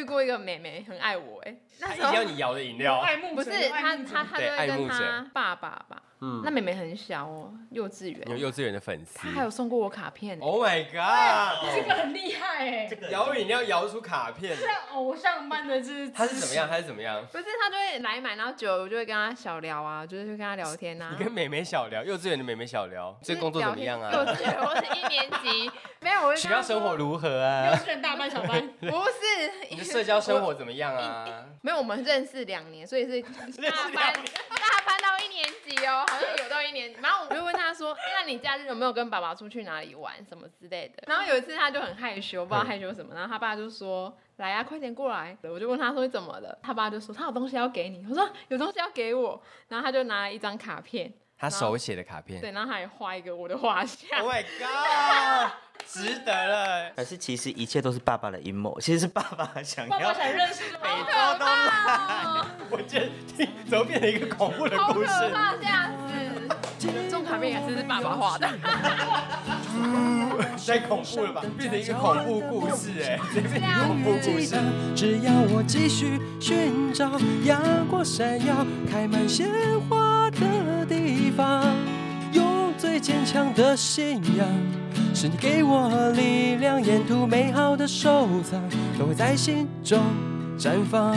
遇过一个妹妹很爱我那时候她一定要你摇的饮料， 爱慕不是她就会跟她爸爸吧。那妹妹很小幼稚园， 有幼稚园的粉丝， 她还有送过我卡片。 Oh my god！ 这个很厉害摇饮料摇出卡片， 像偶像般的他是怎么样？他是怎么样？ 不是，她就会来买，然后久了我就会跟她小聊啊，就是去跟她聊天啊。 你跟妹妹小聊，幼稚园的妹妹小聊，这工作怎么样啊？ 幼稚园我是1年级，没有，我学校生活如何啊？ 幼稚园大班小班， 不是你的社交生活怎么样啊？ 没有，我们认识2年，所以是大班到1年级好像有到1年级。然后我就问他说：“那你假日有没有跟爸爸出去哪里玩什么之类的？”然后有一次他就很害羞，不知道害羞什么，然后他爸就说：“来啊，快点过来！”我就问他说：“你怎么了？”他爸就说：“他有东西要给你。”我说：“有东西要给我。”然后他就拿了一张卡片， 他手写的卡片， 对，然后他还画一个我的画像。 Oh my god！ 值得了。 可是其实一切都是爸爸的阴谋，其实是爸爸想要。 爸爸想认识每周都来，我觉得怎么变成一个恐怖的故事？ 好可怕，吓死！这种卡片也是爸爸画的。 太恐怖了吧，变成一个恐怖故事这是一个恐怖故事。 只要我继续寻找阳光闪耀、开满鲜花的地方，用最坚强的信仰，是你给我力量，沿途美好的收藏都会在心中绽放。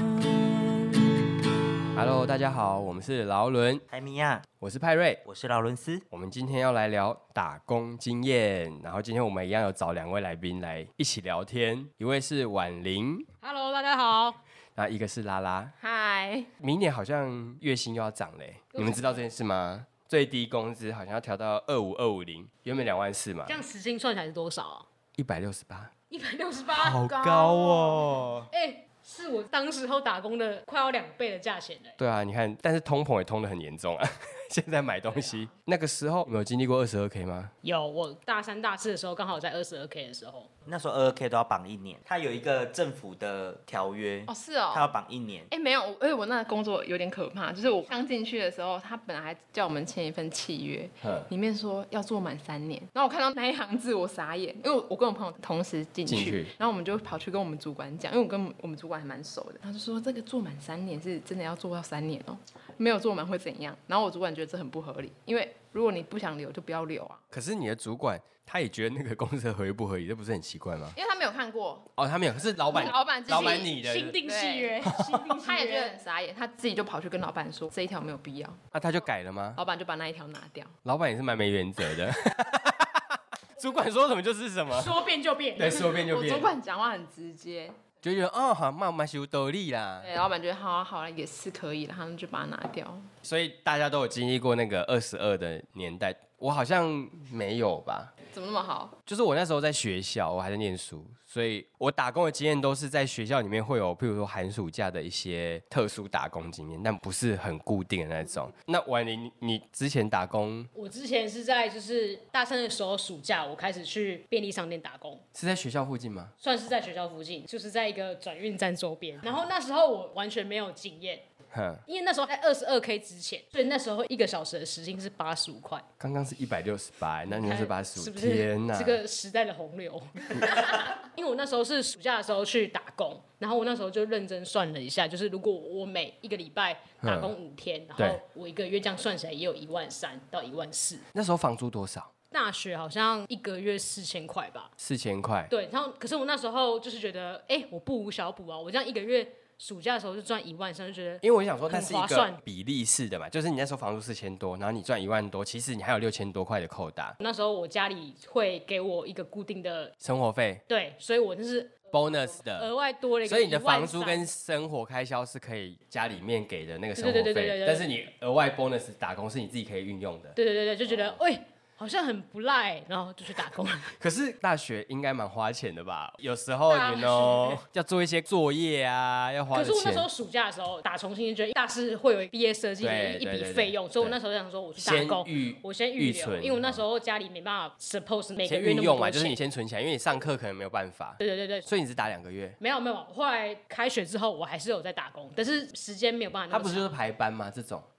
Hello， 大家好，我们是劳伦， 海米亚， 我是派瑞， 我是劳伦斯。 我们今天要来聊打工经验，然后今天我们一样有找2位来宾来一起聊天，一位是婉玲 ，Hello， 大家好。 然后一个是拉拉。 嗨， 明年好像月薪又要涨嘞，你们知道这件事吗？最低工资好像要调到25250，原本24000嘛， 这样时薪算起来是多少啊 168， ？168， 好高哦。 是我当时候打工的快要2倍的价钱对啊，你看，但是通膨也通得很严重啊。现在买东西，那个时候有没有经历过22K 吗？ 有，我大3、大4的时候刚好在22K 的时候。 那时候22K 都要绑1年，它有一个政府的条约是哦， 它要绑1年。 没有，而且我那个工作有点可怕，就是我刚进去的时候，他本来还叫我们签一份契约，里面说要做满3年。然后我看到那一行字，我傻眼，因为我跟我朋友同时进去，然后我们就跑去跟我们主管讲，因为我跟我们主管还蛮熟的，他就说这个做满3年是真的要做到3年哦，没有做满会怎样？然后我主管觉得这很不合理，因为如果你不想留就不要留啊。 可是你的主管他也觉得那个公司合约不合理，这不是很奇怪吗？ 因为他没有看过他没有，可是老板你的新订契约， 他也觉得很傻眼，他自己就跑去跟老板说这一条没有必要， 他就改了吗？ 老板就把那一条拿掉。 老板也是蛮没原则的。主管说什么就是什么， 说变就变。 对，说变就变。 我主管讲话很直接， 就觉得好，蛮有道理啦。 对，老板觉得好了也是可以了，他们就把它拿掉。 所以大家都有经历过那个22的年代，我好像没有吧？ 怎么那么好？ 就是我那时候在学校，我还在念书，所以我打工的经验都是在学校里面会有，譬如说寒暑假的一些特殊打工经验，但不是很固定的那种。那婉玲，你之前打工？ 我之前是在就是大3的时候暑假，我开始去便利商店打工， 是在学校附近吗？ 算是在学校附近，就是在一个转运站周边。然后那时候我完全没有经验。因为那时候在22K 之前，所以那时候1个小时的时薪是85块。 刚刚是168，那你是85， 是不是？ 天哪！ 这个时代的洪流。因为我那时候是暑假的时候去打工，然后我那时候就认真算了一下，就是如果我每1个礼拜打工5天，然后我1个月这样算起来也有13000到14000。 那时候房租多少？ 大学好像1个月4000块吧。 4000块。 对，然后可是我那时候就是觉得，我不无小补啊，我这样1个月。暑假的时候就赚13000，就觉得因为我想说那是一个比例式的嘛，就是你那时候房租4000多，然后你赚1万多，其实你还有6000多块的扣打。 那时候我家里会给我一个固定的生活费， 对，所以我就是 bonus 的额外多了一个13000， 所以你的房租跟生活开销是可以家里面给的那个生活费， 对， 但是你额外 bonus 打工是你自己可以运用的。 对，就觉得好像很不赖，然后就去打工了。 可是大学应该蛮花钱的吧？有时候要做一些作业啊，要花的钱。 可是我那时候暑假的时候打重新觉得大四会有毕业设计的一笔费用，所以我那时候想说我去打工，我先预留，因为我那时候家里没办法 suppose 每个月那么多钱。先运用嘛， 就是你先存起来，因为你上课可能没有办法。 对。 所以你只打2个月？ 没有，后来开学之后我还是有在打工，但是时间没有办法那么长。 他不是就是排班吗？这种？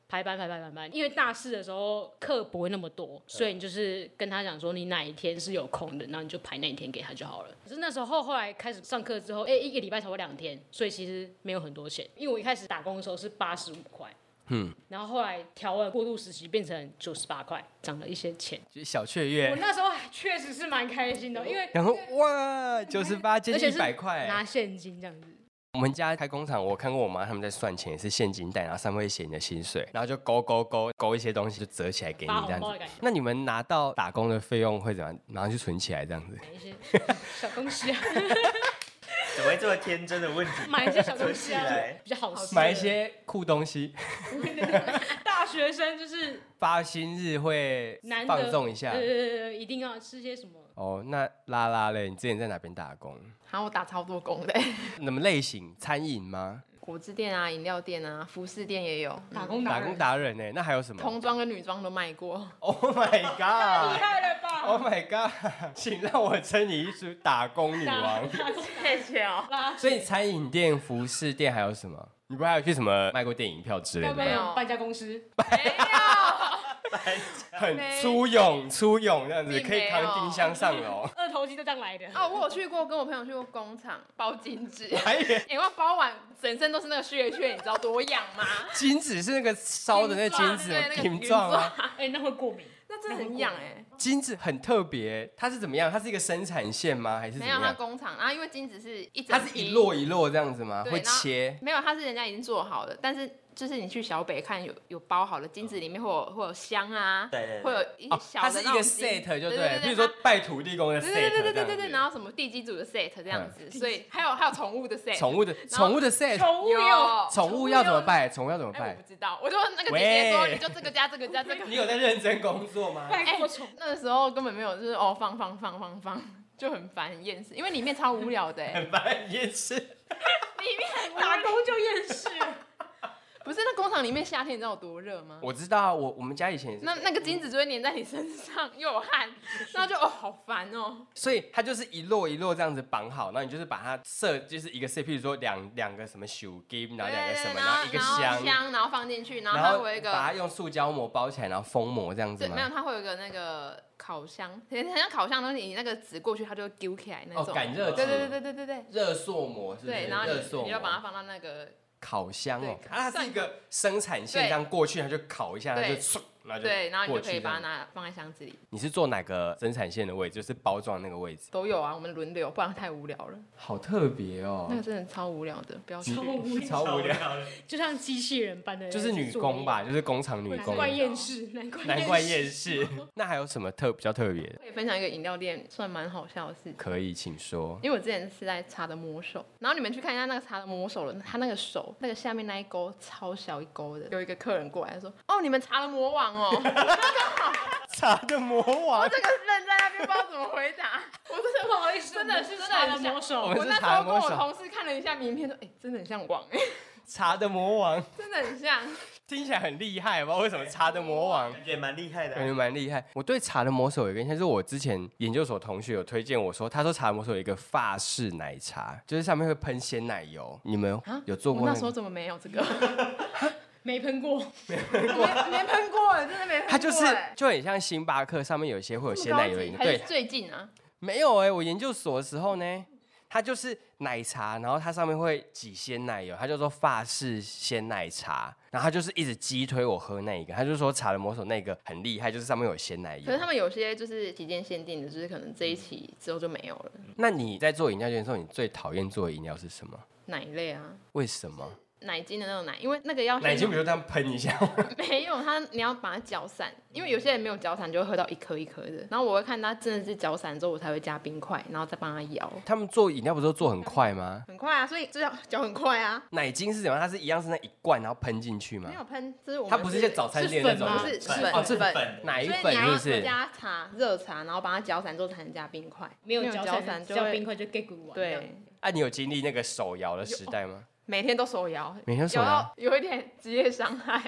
排班，因为大四的时候课不会那么多，所以你就是跟他讲说你哪一天是有空的，然后你就排那一天给他就好了。可是那时候后来开始上课之后，一个礼拜才会2天，所以其实没有很多钱。因为我一开始打工的时候是85块。然后后来调了过渡时期变成98块，涨了一些钱， 就小雀跃。 我那时候确实是蛮开心的，因为然后哇98接近100块， 拿现金这样子。 我们家开工厂，我看过我妈他们在算钱，也是现金袋，然后上面会写你的薪水，然后就勾一些东西就折起来给你这样子。那你们拿到打工的费用会怎么样？马上去存起来这样子？ 买一些小东西啊。 怎么会这么天真的问题？ 买一些小东西啊，比较好吃。 买一些酷东西。 大学生就是发薪日会放纵一下， 一定要吃些什么？ 哦，那拉拉嘞，你之前在哪边打工？ 好，我打超多工的。 什么类型？餐饮吗？ 果汁店啊，饮料店啊，服饰店也有。 打工达人呢？那还有什么？ 童装跟女装都卖过。 Oh my god！ 厉害了吧 ！Oh my god！ 请让我称你一声打工女王。 谢谢哦。 所以餐饮店、服饰店还有什么？你不还有去什么卖过电影票之类的吗？ 没有，搬家公司。 没有。 很粗勇这样子，可以扛丁香上楼。 2头肌都这样来的。 哦，我有去过，跟我朋友去过工厂包金纸， 还以因为包完整身都是那个屑，你知道多痒吗？ 金纸是那个烧的那金纸吗？金状吗？ 那会过敏。 那真的很痒金子很特别，它是怎么样？它是一个生产线吗？还是怎么样？ 没有，它工厂，然后因为金子是一整批， 它是一摞一摞这样子吗？会切？ 没有，它是人家已经做好的，但是就是你去小北看有包好的金子，里面会有香啊， 对， 会有一小的它是一个 set 就对，比如说拜土地公的 set， 对，然后什么地基组的 set 这样子，所以还有宠物的 set， 宠物的 set， 宠物要怎么拜？宠物要怎么拜？ 我不知道，我就那个姐姐说，你就这个加这个加这个。 你有在认真工作吗？ 那个时候根本没有，就是放，就很烦很厌世，因为里面超无聊的很烦很厌世，里面打工就厌世。 不是，那工厂里面夏天你知道有多热吗？ 我知道，我们家以前也是。 那个金子就会粘在你身上，又有汗，然后就好烦哦。 所以它就是一摞一摞这样子绑好，然后你就是把它设就是一个 set， 譬如说两个什么手巾，然后两个什么，然后一个香，然后放进去，然后它会有一个把它用塑胶膜包起来，然后封膜这样子吗？ 没有，它会有一个那个烤箱，很像烤箱东西，你那个纸过去它就会丢起来那种。 赶热纸。 对。 热塑膜是不是？ 对，然后你就把它放到那个。 烤箱它是一个生产线，这样过去，它就烤一下，它就对，然后你就可以把它放在箱子里。 你是做哪个生产线的位置？就是包装那个位置？ 都有啊，我们轮流，不然太无聊了。 好特别哦， 那个真的超无聊的，不要超无聊， 就像机器人般的， 就是女工吧，就是工厂女工。 难怪厌世。 那还有什么比较特别的？ 可以分享一个饮料店，算蛮好笑的事情。 可以，请说。 因为我之前是在茶的魔手，然后你们去看一下那个茶的魔手了，他那个手那个下面那一勾超小一勾的，有一个客人过来说：“哦，你们茶的魔王哦。” 茶的魔王， 我这个愣在那边不知道怎么回答，我真的不好意思，真的是茶的魔手。我那时候跟我同事看了一下名片，说：“真的很像王茶的魔王， 真的很像。” 听起来很厉害，不知道为什么茶的魔王感觉蛮厉害的， 感觉蛮厉害。我对茶的魔手有一个印象，就是我之前研究所同学有推荐我说，他说茶的魔手有一个法式奶茶，就是上面会喷鲜奶油。你们有做过？ 我那时候怎么没有这个？ 没喷过， 没喷过，真的没喷过。 它就很像星巴克，上面有一些会有鲜奶油饮。 对，最近啊， 没有我研究所的时候呢，它就是奶茶，然后它上面会挤鲜奶油，它叫做法式鲜奶茶，然后它就是一直激推我喝那一个，他就说茶的魔手那个很厉害，就是上面有鲜奶油。 可是他们有些就是期间限定的，就是可能这一期之后就没有了。 那你在做饮料店的时候，你最讨厌做的饮料是什么？ 奶类啊。 为什么？ 奶精的那种奶，因为那个要奶精，比如这样喷一下， 没有你要把它搅散，因为有些人没有搅散就会喝到一颗一颗的。然后我会看它真的是搅散之后，我才会加冰块，然后再帮它摇。 他们做饮料不是都做很快吗？ 很快啊，所以就要搅很快啊。 奶精是怎么样？它是一样是那一罐，然后喷进去吗？ 没有喷，这是我们它不是像早餐店那种， 不是是粉， 奶粉是不是？ 加茶热茶，然后把它搅散之后才能加冰块。 没有搅散就冰块就给滚完。 对。 你有经历那个手摇的时代吗？ 每天都手摇， 每天手摇， 有一点职业伤害。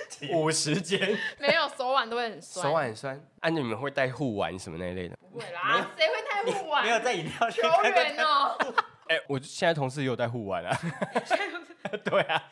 50间没有，手腕都会很酸。 手腕很酸。你们会带护腕什么那一类的？ 不会啦，谁会带护腕？ 没有在饮料店球员哦。 我现在同事也有带护腕啊。对啊。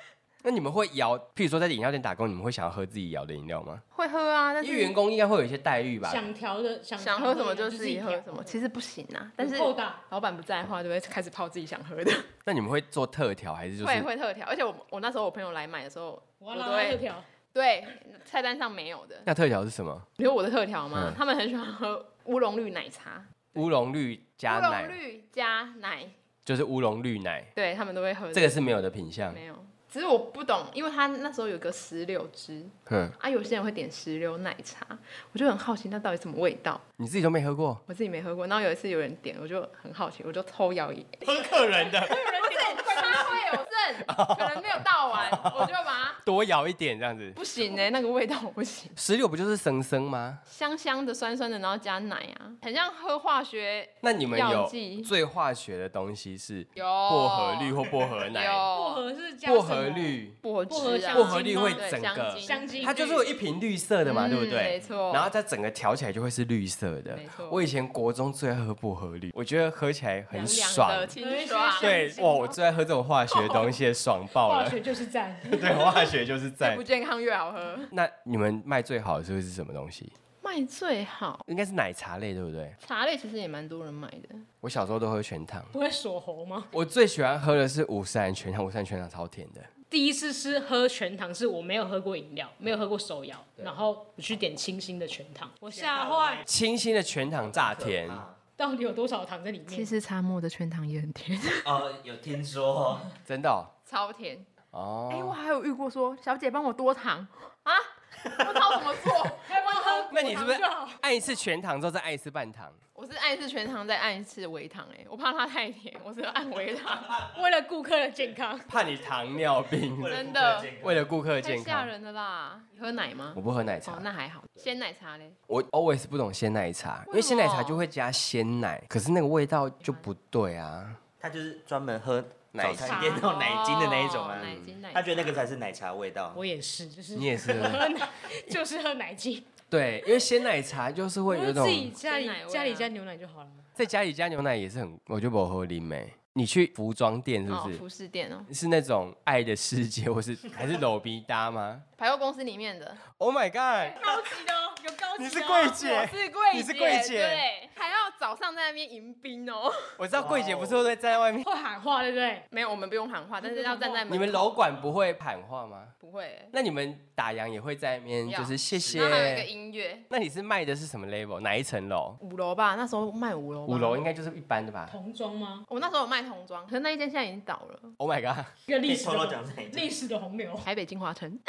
那你们会摇，譬如说在饮料店打工，你们会想要喝自己摇的饮料吗？ 会喝啊，但是因为员工应该会有一些待遇吧？ 想喝什么就自己喝什么，其实不行啊。但是老板不在的话，就会开始泡自己想喝的。 那你们会做特调还是就是会特调？而且我那时候我朋友来买的时候， 我都会特调。 对，菜单上没有的。 那特调是什么？ 比如我的特调吗？他们很喜欢喝乌龙绿奶茶。 乌龙绿加奶。 乌龙绿加奶。 就是乌龙绿奶。 对他们都会喝。 这个是没有的品项。 没有。只是我不懂，因为他那时候有个石榴汁，有些人会点石榴奶茶，我就很好奇那到底什么味道。 你自己都没喝过？ 我自己没喝过。然后有一次有人点，我就很好奇，我就偷摇一喝客人的。 不是，他会有证，可能没有倒完，我就把它多摇一点这样子。 不行那个味道我不行。 石榴不就是生生吗？ 香香的、酸酸的，然后加奶啊，很像喝化学。 那你们有最化学的东西是有薄荷绿或薄荷奶？ 薄荷是加薄荷绿， 薄荷绿会整个香精， 它就是有一瓶绿色的嘛，对不对？ 没错。 然后它整个调起来就会是绿色的。 没错。 我以前国中最爱喝薄荷绿，我觉得喝起来很爽， 清爽。 对，哇，我最爱喝这种化学的东西，爽爆了。 化学就是赞。 对，化学就是赞。 越不健康越好喝。 那你们卖最好的是会是什么东西？ 卖最好应该是奶茶类，对不对？ 茶类其实也蛮多人买的。 我小时候都喝全糖。 不会锁喉吗？ 我最喜欢喝的是五十嵐全糖，五十嵐全糖超甜的。 第一次是喝全糖，是我没有喝过饮料，没有喝过手摇，然后我去点清新的全糖，我吓坏。 清新的全糖炸甜， 到底有多少糖在里面？ 其实茶末的全糖也很甜。 有听说， 真的超甜哦。 我还有遇过说，小姐帮我多糖啊，多糖怎么做？ 那你是不是按一次全糖之后再按一次半糖？ 我是按一次全糖再按一次微糖，我怕它太甜，我是按微糖， 为了顾客的健康， 怕你糖尿病， 真的， 为了顾客的健康， 太吓人了啦！你喝奶吗？ 我不喝奶茶， 那还好。鲜奶茶嘞？ 我 always 不懂鲜奶茶，因为鲜奶茶就会加鲜奶，可是那个味道就不对啊。 他就是专门喝早餐店那种奶精的那一种啊， 奶精奶茶， 他觉得那个才是奶茶味道。 我也是，就是你也是， 就是喝奶精。 对，因为鲜奶茶就是会有种自己家里加牛奶就好了。 在家里加牛奶也是很，我就不喝啉美。你去服装店是不是？ 服饰店哦， 是那种爱的世界，或是还是裸比搭吗？ 百货公司里面的。 Oh my god！ 高级的哦，有高级的。 你是柜姐， 我是柜姐， 你是柜姐， 对，还要早上在那边迎宾哦。 我知道柜姐不是会站在外面会喊话，对不对？ 没有，我们不用喊话，但是要站在门口。 你们楼管不会喊话吗？ 不会。 那你们打烊也会在那边，就是谢谢。 然后还有一个音乐。 那你是卖的是什么 level？ 哪一层楼 ？5楼吧，那时候卖5楼。 5楼应该就是一般的吧？ 童装吗？ 我那时候有卖童装，可是那一间现在已经倒了。 Oh my god！ 一个历史的洪流， 台北金华城。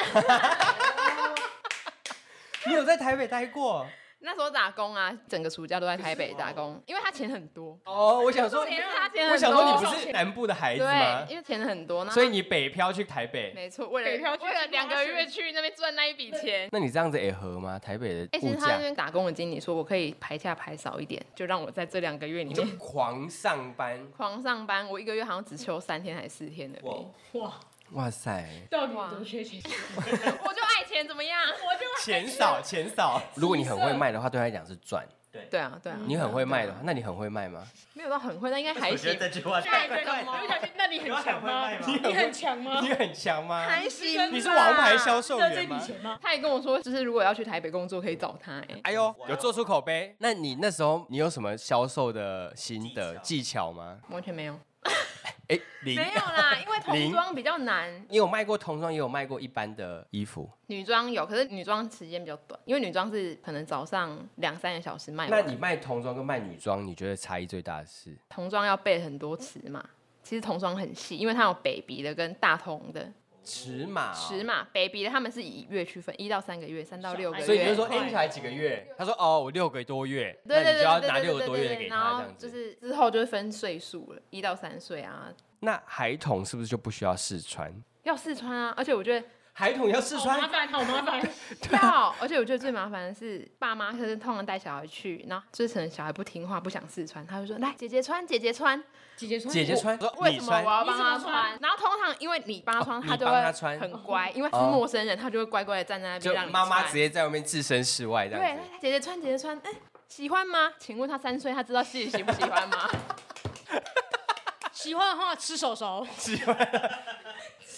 你有在台北待过？ 那时候打工啊，整个暑假都在台北打工，因为他钱很多。 哦，我想说， 我想说你不是南部的孩子吗？ 对，因为钱很多， 所以你北漂去台北。 没错，为了2个月去那边赚那一笔钱。 那你这样子也合吗？台北的物价？ 其实他那边打工的经理说，我可以排假排少一点，就让我在这2个月里面狂上班。 狂上班，我1个月好像只休3天还是4天而已。 哇！ 哇塞！ 到底多缺钱？ 我就爱钱，怎么样？ 我就钱少。如果你很会卖的话，对他来讲是赚。 对啊。 你很会卖的话，那你很会卖吗？ 没有到很会，但应该还行。 我觉得这句话太对了。那你很强吗？你很强吗？ 你很强吗？ 还行。 你是王牌销售员吗？ 他也跟我说，就是如果要去台北工作，可以找他。 哎呦，有做出口碑。那你那时候你有什么销售的心得技巧吗？ 完全没有。 没有啦，因为童装比较难。 你有卖过童装，也有卖过一般的衣服。 女装有，可是女装时间比较短，因为女装是可能早上2-3个小时卖完。 那你卖童装跟卖女装，你觉得差异最大的是？ 童装要备很多尺码，其实童装很细，因为它有 baby 的跟大童的。 尺码 ，baby 的他们是以月区分，1到3个月，3到6个月。 所以你就说，你小孩几个月？他说，我6个多月， 对， 那你就要拿6个多月给他，这样子。 就是之后就会分岁数了，1到3岁啊。 那孩童是不是就不需要试穿？ 要试穿啊，而且我觉得孩童要试穿， 好麻烦。 要，而且我觉得最麻烦的是爸妈，可是通常带小孩去，然后就是可能小孩不听话，不想试穿，他就说来姐姐穿。 为什么我要帮他穿？然后通常因为你帮他穿，他就会很乖，因为是陌生人，他就会乖乖的站在那边让你穿。 妈妈直接在外面置身事外这样子。 对，姐姐穿，喜欢吗？请问他3岁，他知道自己喜不喜欢吗？ 喜欢的话吃手熟， 吃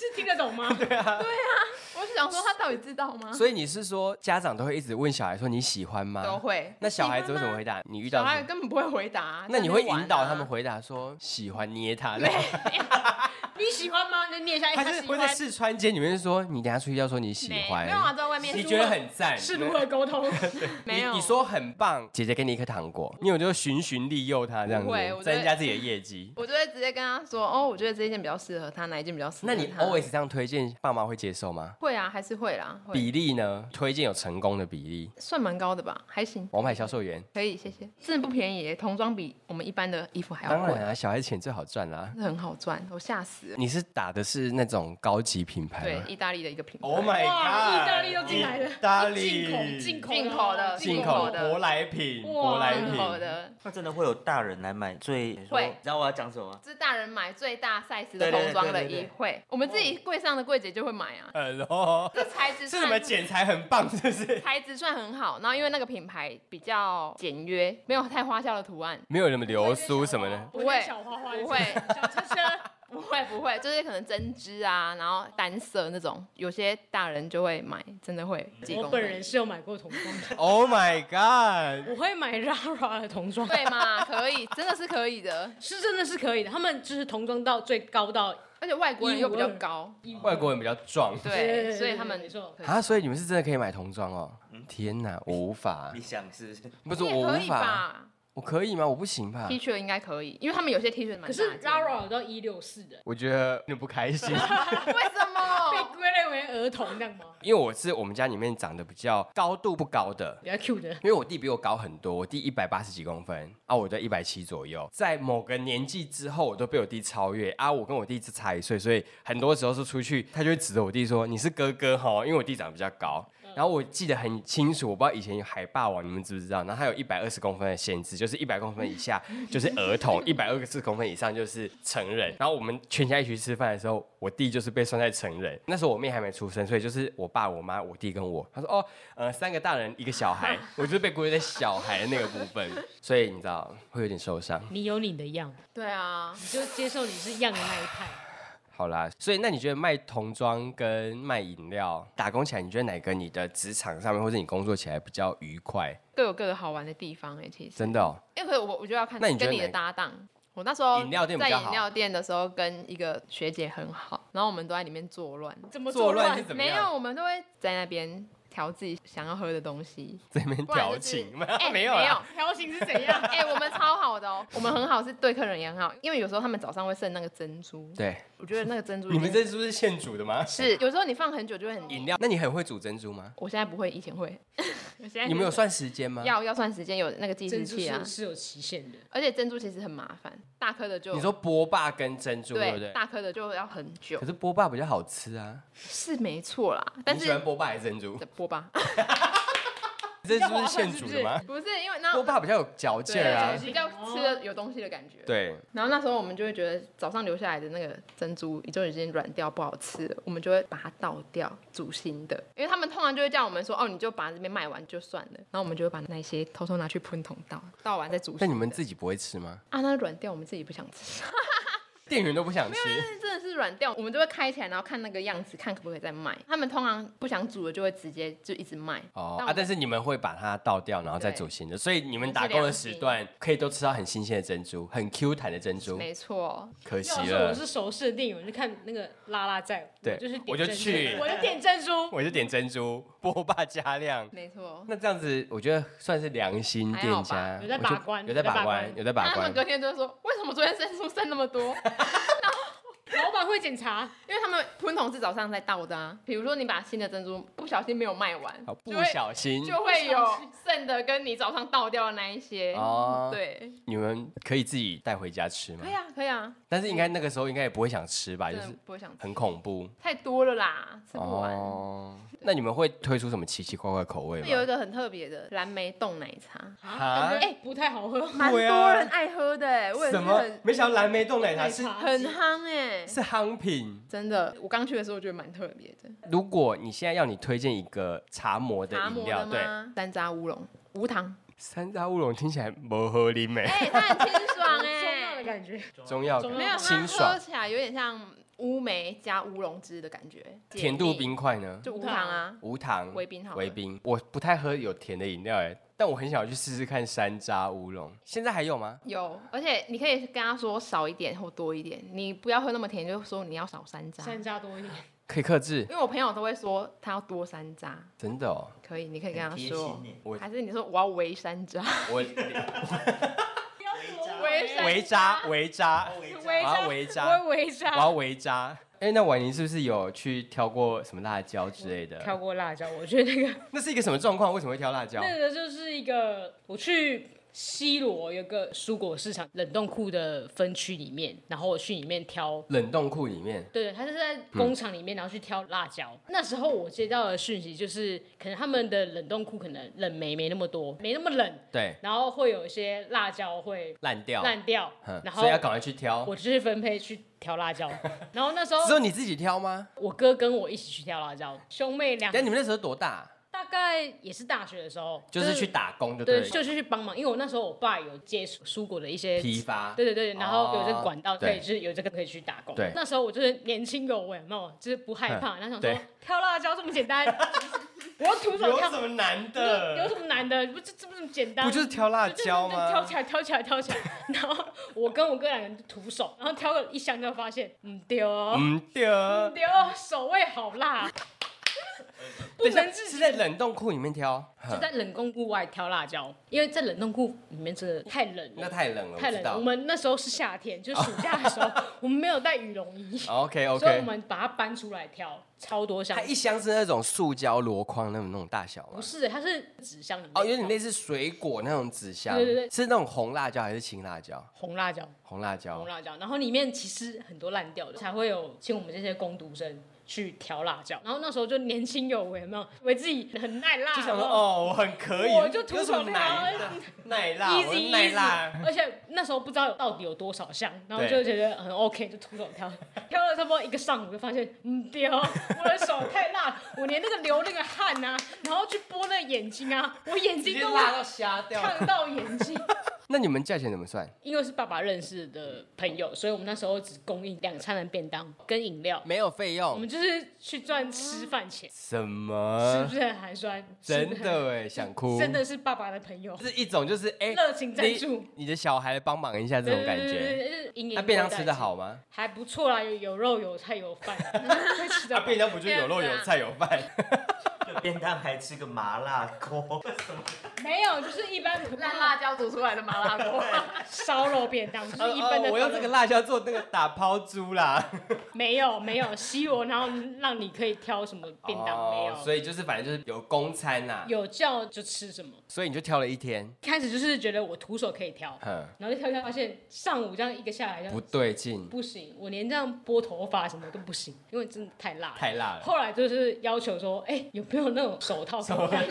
是听得懂吗？ 对啊，我是想说他到底知道吗？ 所以你是说家长都会一直问小孩说你喜欢吗？ 都会。 那小孩子会怎么回答？你遇到小孩根本不会回答。 那你会引导他们回答说喜欢捏他？ 你喜欢吗？那捏一下， 还是会在试穿间里面说你等下出去要说你喜欢？ 没有啊，在外面你觉得很赞， 是如何沟通？ 没有。 你说很棒，姐姐给你一颗糖果，你有就循循利诱他这样子，增加自己的业绩。 我就会直接跟他说，哦，我觉得这一件比较适合他，哪一件比较适合他。 那你 always 这样推荐，爸妈会接受吗？ 会啊，还是会啦。 比例呢？推荐有成功的比例， 算蛮高的吧，还行。 王牌销售员可以，谢谢。真的不便宜耶，童装比我们一般的衣服还要贵。 当然啊，小孩子钱最好赚啦， 很好赚，我吓死了。 你是打的是那种高级品牌吗？ 对，意大利的一个品牌。 Oh my god！ 意大利都进来了， 意大利进口的舶来品， 舶来品的。 那真的会有大人来买最会？ 你知道我要讲什么吗？ 是大人买最大 size 的童装的衣会，我们自己柜上的柜姐就会买啊。这材质是什么剪裁很棒，是不是？ 材质算很好，然后因为那个品牌比较简约，没有太花俏的图案， 没有什么流苏什么的， 不会小花花， 不会小车车。 不会，就是可能针织啊，然后单色那种，有些大人就会买，真的会。 我本人是有买过童装的。 Oh my god！ 我会买 Zara 的童装。 对嘛？可以，真的是可以的， 真的是可以的。他们就是童装到最高到， 而且外国人又比较高， 外国人比较壮， 对，所以他们啊，所以你们是真的可以买童装哦。天哪，我无法。 你想是不是？ 不是我无法。我可以吗？我不行吧 ？T 恤应该可以，因为他们有些 T 恤蛮大。 可是 Zara 有到164的， 我觉得有点不开心。 为什么？ 被归类为儿童这样吗？ 因为我是我们家里面长得比较高度不高的， 比较 Q 的。 因为我弟比我高很多，我弟180几公分啊，我的170左右。在某个年纪之后，我都被我弟超越啊。我跟我弟只差1岁，所以很多时候是出去，他就会指着我弟说：“你是哥哥齁。”因为我弟长得比较高。然后我记得很清楚，我不知道以前有海霸王，你们知不知道？然后它有120公分的限制，就是100公分以下就是儿童，124公分以上就是成人。然后我们全家一起去吃饭的时候，我弟就是被算在成人。那时候我妹还没出生，所以就是我爸、我妈、我弟跟我。他说：“哦，3个大人1个小孩，我就是被归在小孩的那个部分。”所以你知道会有点受伤。 你有你的样， 对啊， 你就接受你是样的那一派。 好啦，所以那你觉得卖童装跟卖饮料打工起来，你觉得哪个你的职场上面或者你工作起来比较愉快？ 各有各的好玩的地方其实真的哦。 因为我觉得要看跟你的搭档。我那时候饮料店比较好， 在饮料店的时候跟一个学姐很好，然后我们都在里面作乱。 怎么作乱是怎么样？ 没有，我们都会在那边调自己想要喝的东西， 在那边调情吗？没有调情是怎样？ 我们超好的哦，我们很好，是对客人也很好，因为有时候他们早上会剩那个珍珠， 对， 我觉得那个珍珠， 你们珍珠是现煮的吗？ 是，有时候你放很久就会很饮料。那你很会煮珍珠吗？ 我现在不会，以前会。 你们有算时间吗？ 要算时间，有那个计时器啊， 是有期限的。 而且珍珠其实很麻烦，大颗的就你说波霸跟珍珠对不对？ 大颗的就要很久。 可是波霸比较好吃啊。 是没错啦，但是你喜欢波霸还是珍珠？ 波霸。 珍珠是现煮的吗？ 不是，因为那波霸比较有嚼劲啊， 比较吃的有东西的感觉。 对。 然后那时候我们就会觉得早上留下来的那个珍珠就已经软掉不好吃了，我们就会把它倒掉煮新的。因为他们通常就会叫我们说，哦，你就把这边卖完就算了。然后我们就会把那些偷偷拿去喷桶倒完再煮新的。 但你们自己不会吃吗？ 啊，那软掉我们自己不想吃。 店员都不想吃， 真的是软掉，我们就会开起来，然后看那个样子，看可不可以再卖。他们通常不想煮的，就会直接就一直卖。 但是你们会把它倒掉，然后再煮新的，所以你们打工的时段可以都吃到很新鲜的珍珠，很 Q 弹的珍珠。 没错， 可惜了。 我是熟识的店员，就看那个拉拉在， 对，我就去， 我就点珍珠， 我就点珍珠，波霸加量。 没错。 那这样子，我觉得算是良心店家， 有在把关， 有在把关，有在把关。 他们隔天就会说，为什么昨天珍珠剩那么多？ 老板会检查， 因为他们喷桶是早上在倒的啊。比如说你把新的珍珠不小心没有卖完， 不小心就会有剩的跟你早上倒掉的那一些。对， 你们可以自己带回家吃吗？ 可以啊，可以啊。 但是应该那个时候应该也不会想吃吧，就是不会想吃， 很恐怖， 太多了啦，吃不完。 那你们会推出什么奇奇怪怪口味吗？ 有一个很特别的蓝莓冻奶茶， 不太好喝， 蛮多人爱喝的哎。 什么？没想到蓝莓冻奶茶是很夯哎， 是夯品。 真的，我刚去的时候我觉得蛮特别的。 如果你现在要你推荐一个茶魔的饮料，对， 山楂乌龙无糖。 山楂乌龙听起来不好喝哩美， 它很清爽， 爽中药的感觉。 中药没有，它喝清爽， 起来有点像乌梅加乌龙汁的感觉。 甜度冰块呢？ 就无糖啊， 无糖微冰好了。 微冰，我不太喝有甜的饮料哎，但我很想要去试试看山楂乌龙。现在还有吗？ 有，而且你可以跟他说少一点或多一点，你不要喝那么甜，就说你要少山楂。 山楂多一点。 可以克制， 因为我朋友都会说他要多山楂， 真的哦。 可以，你可以跟他很贴说心耶， 还是你说我要微山楂， 我微山微渣，我要微渣， 我微我渣。 要微渣。哎，那婉宁是不是有去挑过什么辣椒之类的？ 挑过辣椒，我觉得那是一个什么状况？为什么会挑辣椒？ 那个就是一个我去西螺有个蔬果市场冷冻库的分区里面，然后我去里面挑。 冷冻库里面， 对，他是在工厂里面，然后去挑辣椒。那时候我接到的讯息就是，可能他们的冷冻库可能冷媒没那么多，没那么冷， 对， 然后会有一些辣椒会烂掉， 然后所以要赶快去挑。 我就去分配去挑辣椒。然后那时候只有你自己挑吗？ 我哥跟我一起去挑辣椒，兄妹俩。 但你们那时候多大？ 大概也是大学的时候， 就是去打工就对， 了。 就是去帮忙，因为我那时候我爸有接蔬果的一些批发， 对对对，然后有这个管道可以， 对就是有这个可以去打工。 对那时候我就是年轻有为，有没有？就是不害怕，然后想对说挑辣椒这么简单，我要徒手挑， 有什么难有的？ 什么难的？不这么简单？ 不就是挑辣椒吗？ 挑起来，然后我跟我哥两个人徒手，然后挑了一箱，就发现丢， 对， 丢，手味好辣。不能自是在冷冻库里面挑， 就在冷冻库外挑辣椒，因为在冷冻库里面真的太冷了， 那太冷了， 太冷了。我们那时候是夏天，就是暑假的时候，我们没有带羽绒衣 OK， 所以我们把它搬出来挑，超多箱。 它一箱是那种塑胶箩筐那种大小吗？ 不是，它是纸箱里面。 哦，有点类似水果那种纸箱。 对对对， 是那种红辣椒还是青辣椒？ 红辣椒， 红辣椒， 红辣椒。然后里面其实很多烂掉的，才会有请我们这些工读生去挑辣椒。然后那时候就年轻有为，有没有？以为自己很耐辣， 就想说哦，我很可以， 我就徒有什么手挑难的耐辣，我 easy 耐辣。 而且那时候不知道到底有多少项，然后就觉得很 OK，就徒手挑，挑了差不多一个上午，就发现丢，我的手太辣，我连那个流那个汗啊，然后去拨那个眼睛啊，我眼睛都辣到瞎掉， 烫到眼睛。 那你们价钱怎么算？ 因为是爸爸认识的朋友，所以我们那时候只供应2餐的便当跟饮料， 没有费用， 我们就是去赚吃饭钱， 什是么不？是很寒酸？ 真的哎，想哭。 真的是爸爸的朋友， 是一种就是哎， 热情赞助你的小孩帮忙一下这种感觉。那便当吃得好吗？ 还不错啦，有肉有菜有饭，会吃得饱。 便当不就有肉有菜有饭？ 便当还吃个麻辣锅， 没有，就是一般烂辣椒煮出来的麻辣锅， 烧肉便当，就是一般的。 我用这个辣椒做那个打抛猪啦。 没有西罗，然后让你可以挑什么便当，没有。 所以就是反正就是有公餐呐， 有叫就吃什么。 所以你就挑了一天。 开始就是觉得我徒手可以挑，然后就挑，发现上午这样一个下来不对劲， 不行，我连这样拨头发什么都不行，因为真的太辣了。 太辣了。 后来就是要求说，哎，有没有那种手套？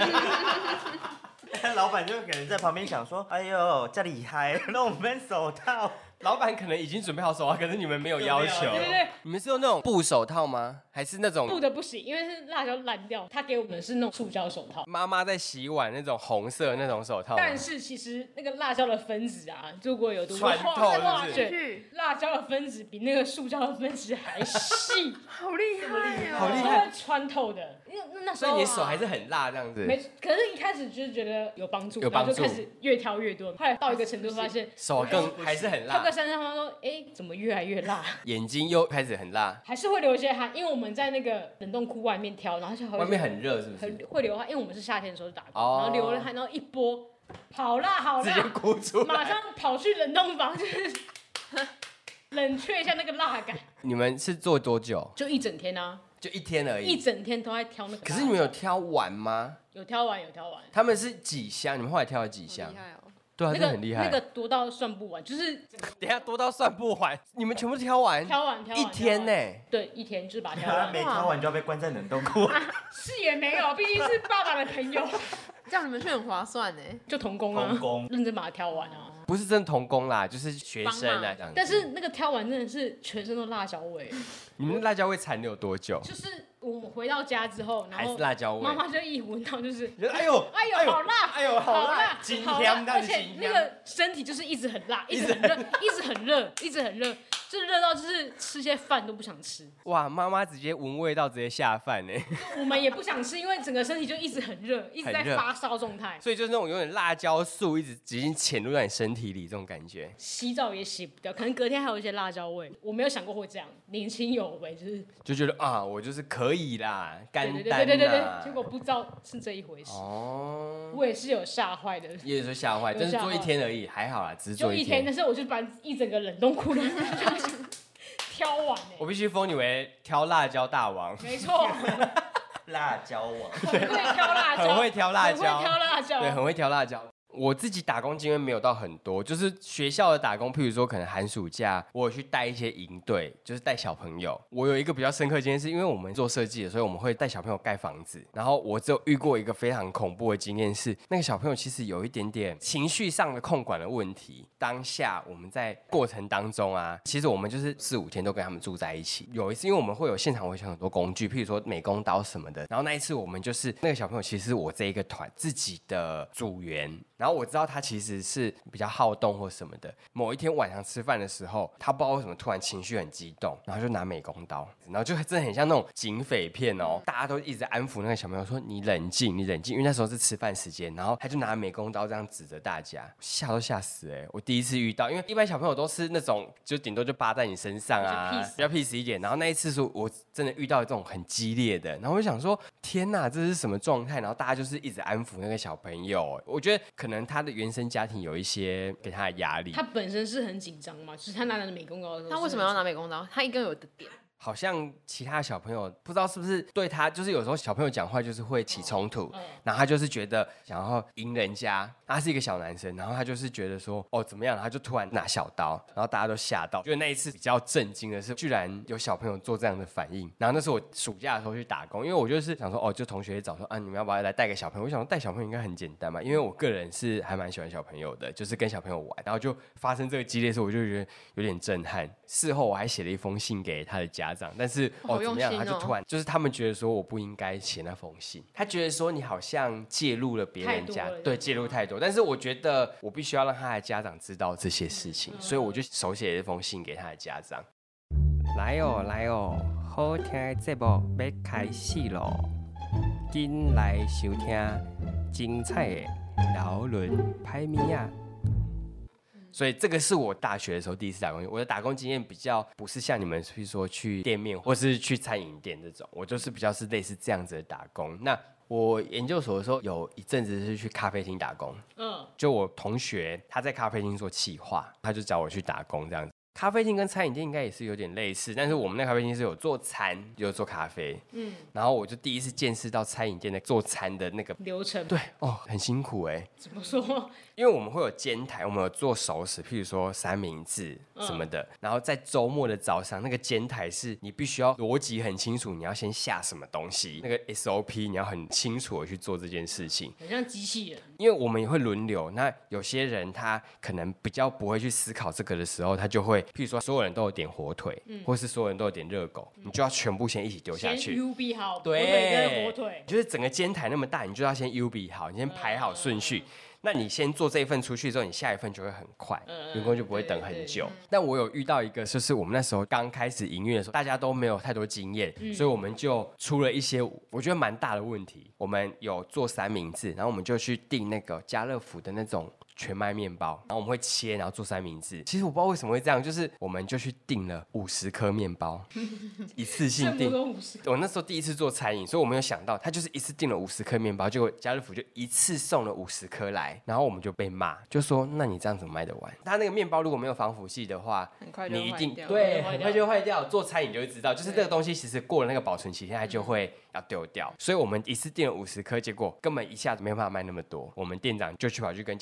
老板就可能在旁边想说：“哎呦，这厉害，那我们手套。” 老板可能已经准备好手套，可是你们没有要求。 对， 你们是用那种布手套吗？还是那种布的不行，因为是辣椒烂掉。他给我们的是那种塑胶手套。 妈妈在洗碗那种红色那种手套？ 但是其实那个辣椒的分子啊，如果有穿透化是不学，辣椒的分子比那个塑胶的分子还细， 好厉害哦， 好厉害， 会穿透的。那时候所以你手还是很辣这样子。 可是一开始就是觉得有帮助， 有帮助， 然后就开始越挑越多。后来到一个程度，发现手更还是很辣。 跳个山上，他说：“哎，怎么越来越辣？” 眼睛又开始很辣， 还是会流一些汗，因为我们在那个冷冻库外面挑，然后就外面很热，是不是？ 很会流汗，因为我们是夏天的时候打工，然后流了汗，然后一拨，好辣， 直接哭出来， 马上跑去冷冻房，就是冷却一下那个辣感。 你们是做多久？ 就一整天啊。 就一天而已， 一整天都在挑那个。 可是你们有挑完吗？ 有挑完。 他们是几箱？你们后来挑了几箱？ 厉害哦！ 对啊， 那个很厉害。 那个多到算不完，就是等一下多到算不完，你们全部挑完一天呢？ 对，一天就是把它挑完。 没挑完就要被关在冷冻库。 是也没有，毕竟是爸爸的朋友， 这样你们去很划算呢。 就童工啊，认真把它挑完啊。 不是真童工啦，就是学生啊这样。 但是那个挑完真的是全身都辣椒味。 你们的辣椒味残留多久？ 就是我们回到家之后，然还后是辣椒味， 妈妈就一闻到就是哎呦哎呦好辣， 哎呦好辣，今天而且那个身体就是一直很辣，一直很热，一直很热，一直很热，就热到就是吃些饭都不想吃。 哇，妈妈直接闻味道直接下饭呢。 我们也不想吃，因为整个身体就一直很热，一直在发烧状态。 所以就是那种有点辣椒素一直已经潜入在你身体里这种感觉。 洗澡也洗不掉，可能隔天还有一些辣椒味。我没有想过会这样，年轻有为，就觉得啊，我就是可以啦，干单啦。 对，结果不知道是这一回事。哦，我也是有吓坏的。 也是吓坏，但是做一天而已，还好啦，只是做一天。但是我就把一整个冷冻库都挑完欸。 我必须封你为挑辣椒大王。 没错。 辣椒王， 很会挑辣椒， 很会挑辣椒， 很会挑辣椒， 对，很会挑辣椒。我自己打工经验没有到很多，就是学校的打工，譬如说可能寒暑假，我有去带一些营队，就是带小朋友。我有一个比较深刻的经验，是因为我们做设计的，所以我们会带小朋友盖房子。然后我只有遇过一个非常恐怖的经验是，那个小朋友其实有一点点情绪上的控管的问题。当下我们在过程当中啊，其实我们就是4-5天都跟他们住在一起。有一次，因为我们会有现场维修很多工具，譬如说美工刀什么的。然后那一次我们就是那个小朋友，其实是我这一个团自己的组员。然后我知道他其实是比较好动或什么的。某一天晚上吃饭的时候，他不知道为什么突然情绪很激动，然后就拿美工刀，然后就真的很像那种警匪片哦。大家都一直安抚那个小朋友说：“你冷静，你冷静。”因为那时候是吃饭时间，然后他就拿美工刀这样指着大家，吓都吓死哎！我第一次遇到，因为一般小朋友都是那种就顶多就扒在你身上啊，比较 peace 一点。然后那一次是我真的遇到这种很激烈的，然后我就想说：天哪，这是什么状态？然后大家就是一直安抚那个小朋友，我觉得可能他的原生家庭有一些给他的压力。 他本身是很紧张嘛，就是他拿着美工刀的时候， 他为什么要拿美工刀？他一定有的点。 好像其他小朋友不知道是不是对他，就是有时候小朋友讲话就是会起冲突，然后他就是觉得想要赢人家，他是一个小男生，然后他就是觉得说哦怎么样，然后他就突然拿小刀，然后大家都吓到。觉得那一次比较震惊的是，居然有小朋友做这样的反应。然后那是我暑假的时候去打工，因为我就是想说哦，就同学找说啊，你们要不要来带个小朋友？我想说带小朋友应该很简单嘛，因为我个人是还蛮喜欢小朋友的，就是跟小朋友玩，然后就发生这个激烈的时候，我就觉得有点震撼。事后我还写了一封信给他的家长，但是怎么样，他就突然就是他们觉得说我不应该写那封信，他觉得说你好像介入了别人家，对，介入太多。但是我觉得我必须要让他的家长知道这些事情，所以我就手写了一封信给他的家长。来哦来哦，好听的节目要开始咯，紧来收听精彩的老轮拍咪呀！所以这个是我大学的时候第一次打工，我的打工经验比较不是像你们，比如说去店面或是去餐饮店这种，我就是比较是类似这样子的打工。那我研究所的时候有一阵子是去咖啡厅打工，就我同学他在咖啡厅做企划，他就找我去打工这样子。咖啡厅跟餐饮店应该也是有点类似，但是我们那咖啡厅是有做餐，有做咖啡。然后我就第一次见识到餐饮店的做餐的那个流程。 对哦，很辛苦哎。 怎么说？ 因为我们会有煎台，我们有做熟食，譬如说三明治什么的。然后在周末的早上，那个煎台是你必须要逻辑很清楚，你要先下什么东西，那个 SOP 你要很清楚的去做这件事情。 很像机器人。 因为我们也会轮流，那有些人他可能比较不会去思考这个的时候，他就会，譬如说所有人都有点火腿，或是所有人都有点热狗，你就要全部先一起丢下去。 先 UB 好， 对， 火腿跟火腿， 就是整个煎台那么大，你就要先 UB 好，你先排好顺序。那你先做这一份出去之后，你下一份就会很快，员工就不会等很久。但我有遇到一个，就是我们那时候刚开始营运的时候，大家都没有太多经验，所以我们就出了一些我觉得蛮大的问题。我们有做三明治，然后我们就去订那个家乐福的那种全麦面包，然后我们会切，然后做三明治。其实我不知道为什么会这样，就是我们就去订了50颗面包，一次性订。我那时候第一次做餐饮，所以我没有想到，他就是一次订了50颗面包，结果家乐福就一次送了50颗来。然后我们就被骂，就说那你这样怎么卖得完？他那个面包如果没有防腐剂的话， 很快就你一定坏掉， 对，很快就坏掉。做餐饮就会知道，就是这个东西其实过了那个保存期限，它就会要丢掉。所以我们一次订了50颗，结果根本一下子没有办法卖那么多。我们店长就跑去跟家乐福沟通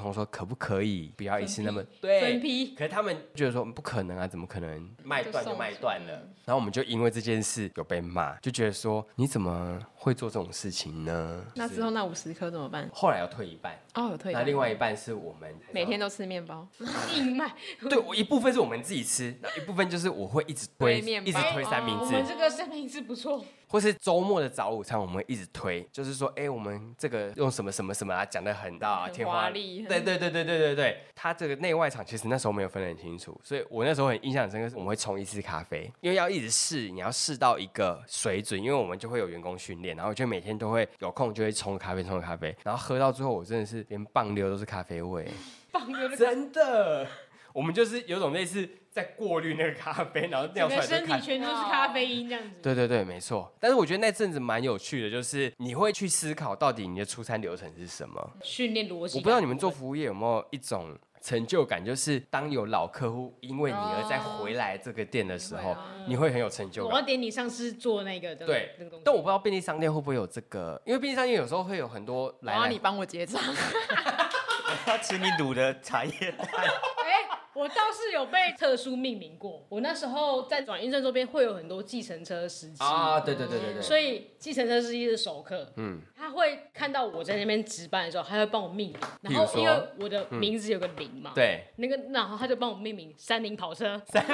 通说可不可以不要一次那么分批， 可是他们觉得说不可能啊，怎么可能卖断就卖断了？然后我们就因为这件事有被骂，就觉得说你怎么会做这种事情呢？ 那之后那50颗怎么办？ 后来要退一半， 有退一半。 那另外一半是我们每天都吃面包， 硬卖。 对，我一部分是我们自己吃，然后一部分就是我会一直推面包， 一直推三明治。 我们这个三明治不错。 或是周末的早午餐，我们会一直推，就是说，我们这个用什么什么什么啊，讲得很大很华丽。 对，他这个内外场其实那时候没有分得很清楚，所以我那时候很印象很深刻，是我们会冲一次咖啡，因为要一直试，你要试到一个水准，因为我们就会有员工训练，然后就每天都会有空就会冲咖啡，然后喝到最后，我真的是连棒溜都是咖啡味， 棒溜的真的，我们就是有种类似。在过滤那个咖啡，然后尿出来身体全都是咖啡因这样子。 对，没错。但是我觉得那阵子蛮有趣的，就是你会去思考到底你的出餐流程是什么， 训练逻辑。 我不知道你们做服务业有没有一种成就感，就是当有老客户因为你而再回来这个店的时候，你会很有成就感。 我要点你上次做那个对那个东西。 但我不知道便利商店会不会有这个，因为便利商店有时候会有很多来。我要你帮我结账。 我要吃你卤的茶叶蛋。 我倒是有被特殊命名过。我那时候在转运站周边会有很多计程车司机啊，对。 所以计程车司机是熟客，他会看到我在那边值班的时候，他会帮我命名。然后因为我的名字有个0嘛， 对， 然后他就帮我命名30跑车。30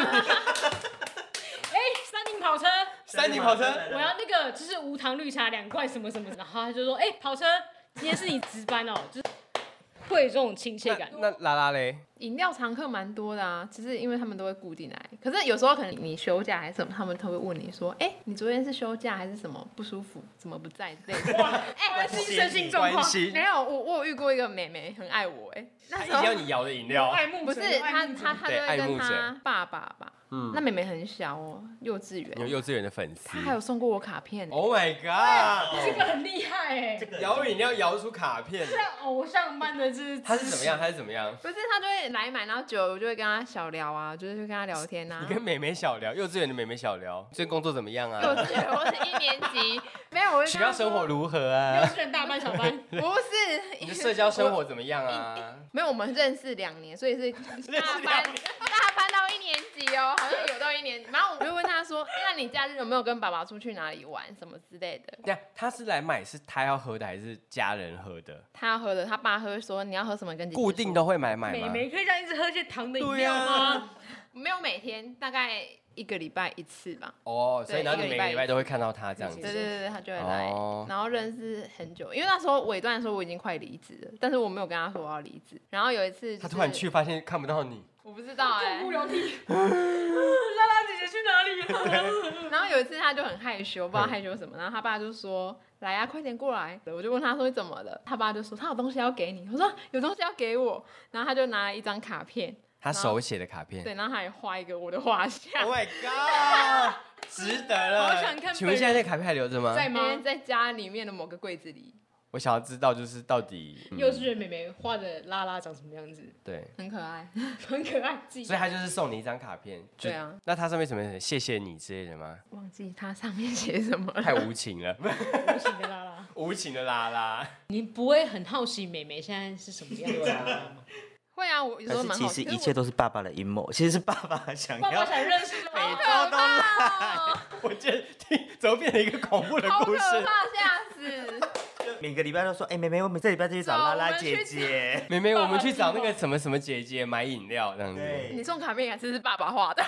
跑车 ，30跑车， 我要那个就是无糖绿茶2块什么什么，然后他就说，跑车，今天是你值班哦，就是会有这种亲切感。 那拉拉嘞？ 饮料常客蛮多的啊，只是因为他们都会固定来，可是有时候可能你休假还是什么，他们都会问你说，你昨天是休假还是什么不舒服，怎么不在之类的。 关心身心状况。 没有，我有遇过一个妹妹很爱我， 那时候要你摇的饮料， 不是她就会跟她爸爸吧。那妹妹很小哦，幼稚园。 有幼稚园的粉丝， 她还有送过我卡片。 Oh my god！ 这个很厉害摇饮料摇出卡片， 像偶像般的他是怎么样？ 不是，他就会来买，然后久了我就会跟他小聊啊，就是会跟他聊天啊。 你跟妹妹小聊，幼稚园的妹妹小聊，最近工作怎么样啊？ 幼稚园我是1年级，没有，我学校生活如何啊？ 幼稚园大班小班， 不是。 你的社交生活怎么样啊？ 没有，我们认识2年，所以是大班到1年级哦，好像有到1年。然后我就问他说：“那你假日有没有跟爸爸出去哪里玩什么之类的？” 对啊，他是来买，是他要喝的还是家人喝的？ 他要喝的，他爸喝说你要喝什么跟姐姐说。 固定都会买吗？ 妹可以这样一直喝一些糖的饮料吗？ 没有每天，大概1个礼拜1次吧。 哦，所以然后你每个礼拜都会看到他这样子。 对，他就会来，然后认识很久。因为那时候尾段的时候我已经快离职了，但是我没有跟他说我要离职。然后有一次， 他突然去发现看不到你。 我不知道痛不了你，拉拉姐姐去哪里了？ 然后有一次他就很害羞，不知道害羞什么，然后他爸就说：“来啊，快点过来！”我就问他说：“你怎么了？”他爸就说：“他有东西要给你。”我说：“有东西要给我。”然后他就拿了一张卡片， 他手写的卡片， 对，然后他还画一个我的画像。 Oh my god， 值得了！ 好想看。 请问现在那卡片还留着吗？ 在吗？ 在家里面的某个柜子里。 我想要知道，就是到底幼稚园妹妹画的拉拉长什么样子？ 对， 很可爱， 很可爱。 所以他就是送你一张卡片。 对啊。 那他上面什么谢谢你之类的吗？ 忘记他上面写什么了。 太无情了。 无情的拉拉。 无情的拉拉。 你不会很好奇妹妹现在是什么样子吗？ 会啊，我有时候蛮好奇。 其实一切都是爸爸的阴谋，其实是爸爸想要。 爸爸想认识每周都来。 我觉得怎么变成一个恐怖的故事？ 好可怕，吓死！ 每个礼拜都说，妹妹，我们这礼拜就去找拉拉姐姐。 妹妹，我们去找那个什么什么姐姐买饮料这样子。 你送卡片还是爸爸画的？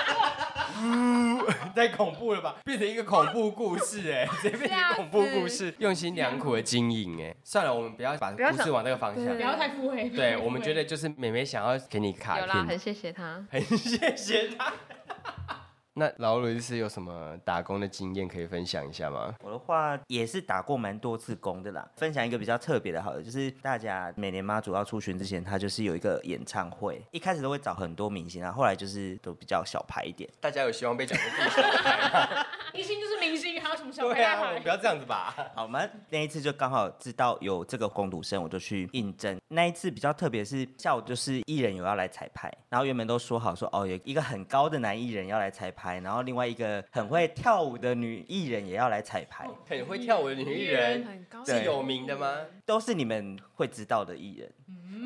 太恐怖了吧！变成一个恐怖故事直接变成一个恐怖故事，用心良苦的经营算了，我们不要把故事往这个方向， 不要太腹黑。 对，我们觉得就是妹妹想要给你卡片， 有啦，很谢谢她， 很谢谢她。那劳伦斯有什么打工的经验可以分享一下吗？ 我的话也是打过蛮多次工的啦，分享一个比较特别的，好的，就是大家每年妈祖要出巡之前，他就是有一个演唱会，一开始都会找很多明星啊，后来就是都比较小牌一点。 大家有希望被讲成自己小牌吗？ 明星就是明星，还有什么小牌？ 对啊，我们不要这样子吧。 好，我们那一次就刚好知道有这个工读生，我就去应征。那一次比较特别是下午就是艺人有要来彩排，然后原本都说好说有一个很高的男艺人要来彩排，然后另外一个很会跳舞的女艺人也要来彩排。 很会跳舞的女艺人是有名的吗？ 都是你们会知道的艺人。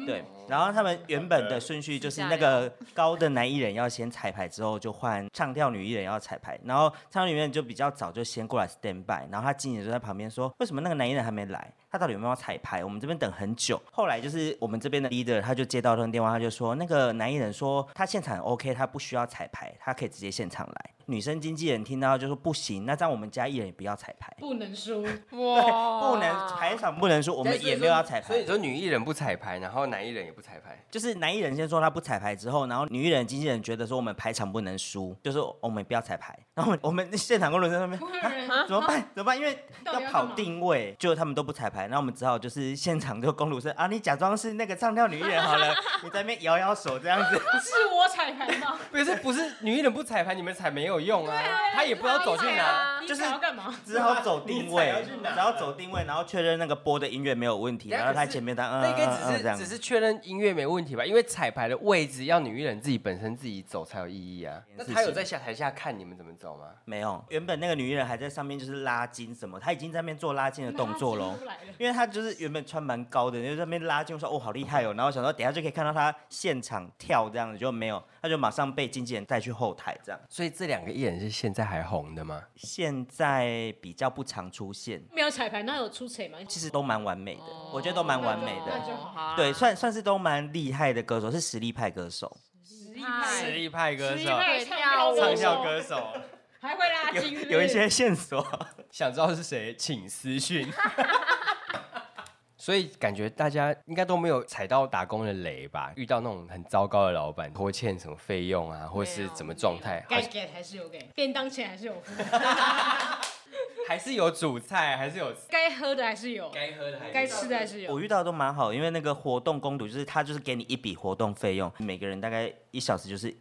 对，然后他们原本的顺序就是那个高的男艺人要先彩排，之后就换唱跳女艺人要彩排，然后唱跳女艺人就比较早就先过来 stand by， 然后他经纪人就在旁边说，为什么那个男艺人还没来？他到底有没有彩排？我们这边等很久。后来就是我们这边的 leader 他就接到这个电话，他就说那个男艺人说他现场 OK， 他不需要彩排，他可以直接现场来。女生经纪人听到就说不行，那这样我们家艺人也不要彩排， 不能输， 哇， 不能排场不能说我们也没有要彩排。 所以你说女艺人不彩排，然后男艺人也不彩排， 就是男艺人先说他不彩排之后，然后女艺人经纪人觉得说我们排场不能输，就是我们不要彩排。然后我们现场工作人员在那边怎么办？怎么办？因为要跑定位，就他们都不彩排，然后我们只好就是现场就公主生啊，你假装是那个唱跳女艺人好了，你在那边摇摇手这样子。 是我彩排吗？ 不是女艺人不彩排，你们彩没有用啊，他也不知道走去哪， 就是要干嘛？ 只好走定位，只好走定位，然后确认那个播的音乐没有问题，然后他前面那应该只是确认音乐没问题吧？因为彩排的位置要女艺人自己本身自己走才有意义啊。那他有在台下看你们怎么走吗？ 没有，原本那个女艺人还在上面就是拉筋什么，她已经在那边做拉筋的动作咯。因为她就是原本穿蛮高的，就在那边拉筋，我说哦好厉害哦，然后想说等一下就可以看到她现场跳这样子，就没有，她就马上被经纪人带去后台这样。 所以这两个艺人是现在还红的吗？ 现在比较不常出现， 没有彩排，那有出彩吗？ 其实都蛮完美的，我觉得都蛮完美那就好。 对，算是都蛮厉害的歌手，是实力派歌手。 实力派歌手， 唱跳歌手， 还会拉筋， 有一些线索。 想知道是谁，请私讯。所以感觉大家应该都没有踩到打工的雷吧？遇到那种很糟糕的老板，拖欠什么费用啊，或是怎么状态？ 该给还是有给，便当钱还是有付。 还是有主菜，还是有该喝的还是有， 该喝的还是有， 该吃的还是有。 我遇到的都蛮好，因为那个活动公主就是他就是给你一笔活动费用，每个人大概1小时就是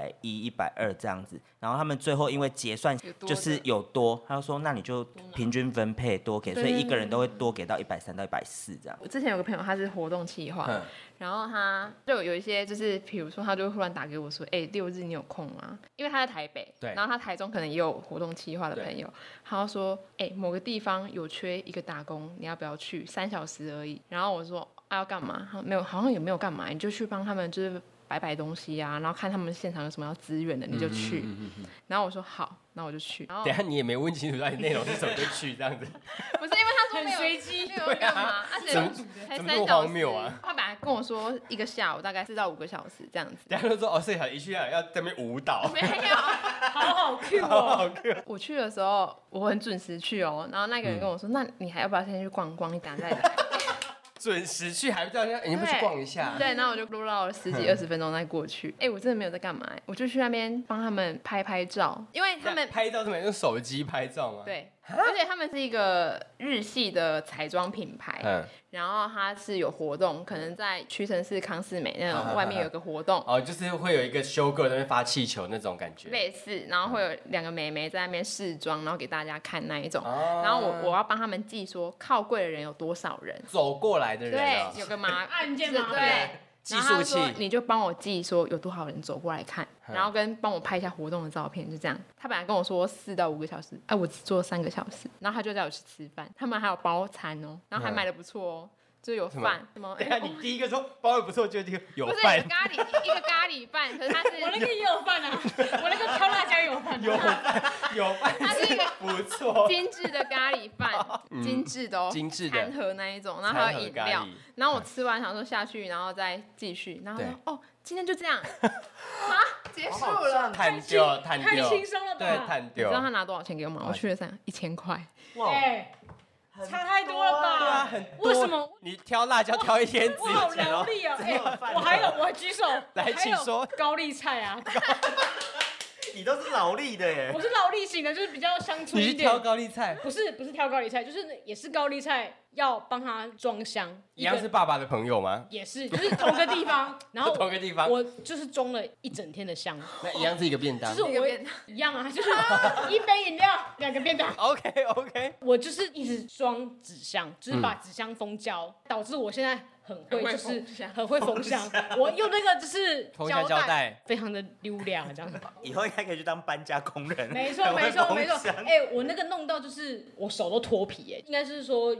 110、120这样子。然后他们最后因为结算就是有多，他就说那你就平均分配多给，所以一个人都会多给到130到140这样。 我之前有个朋友他是活动企划，然后他就有一些就是比如说他就会忽然打给我说，哎，6日你有空吗？因为他在台北， 对， 然后他台中可能也有活动企划的朋友，他就说，哎，某个地方有缺一个打工，你要不要去？3小时而已。然后我说啊要干嘛？没有，好像也没有干嘛，你就去帮他们就是摆东西啊，然后看他们现场有什么要支援的，你就去。然后我说好，那我就去。然后等一下你也没问清楚到底内容是什么就去这样子。 不是因为他说没有随机， 没有干嘛，而且才3小时。他本来跟我说1个下午大概4到5个小时这样子。 等下就说哦，4小时一去要在那边舞蹈。 没有， 好 Q 好 Q。 我去的时候我很准时去哦，然后那个人跟我说，那你还要不要先去逛逛？你等下再来。 准时去还不叫人家，你不去逛一下？ 对，然后我就录到了10几20分钟再过去。我真的没有在干嘛，我就去那边帮他们拍照，因为他们拍照是没用手机拍照吗？ 对，而且他们是一个日系的彩妆品牌，然后它是有活动，可能在屈臣氏、康是美那种外面有个活动， 就是会有一个修哥在那边发气球那种感觉， 类似，然后会有2个妹妹在那边试妆，然后给大家看那一种，然后我要帮他们记说靠柜的人有多少人， 走过来的人， 对，有个按键码， 对。 计数器， 你就帮我记说有多少人走过来看，然后跟帮我拍一下活动的照片，就这样。他本来跟我说4到5个小时，我只做3个小时，然后他就带我去吃饭，他们还有包餐哦，然后还买的不错哦。就有饭什么？ 等下你第一个说包的不错，就第一个有饭， 不是一个咖喱饭，可是它是我那个也有饭啊，我那个挑辣椒有饭， 有饭， 它是一个不错精致的咖喱饭，精致的哦， 精致的餐盒那一种，然后还有饮料，然后我吃完想说下去，然后再继续，然后说哦，今天就这样啊，结束了， 太轻松了吧？ 对，太丢。 你知道他拿多少钱给我吗？我去了1000块， 哇！差太多了吧？ 对啊，很多。 为什么？ 你挑辣椒挑一天只我好劳力啊！我还举手。 来，请说。 高丽菜啊。 你都是劳力的耶。 我是劳力型的，就是比较乡村一点。 你是挑高丽菜？ 不是挑高丽菜，就是也是高丽菜，要帮他装箱。 一样是爸爸的朋友吗？ 也是，就是同个地方，然后同个地方， 我就是装了1整天的箱。 那一样是一个便当。 就是我一样啊，就是1杯饮料2个便当。 OK。 我就是一直装纸箱，就是把纸箱封胶，导致我现在很会封箱。我用那个就是封箱胶带， 非常的溜亮这样。 以后应该可以去当搬家工人。 没错。我那个弄到就是我手都脱皮应该是说有伤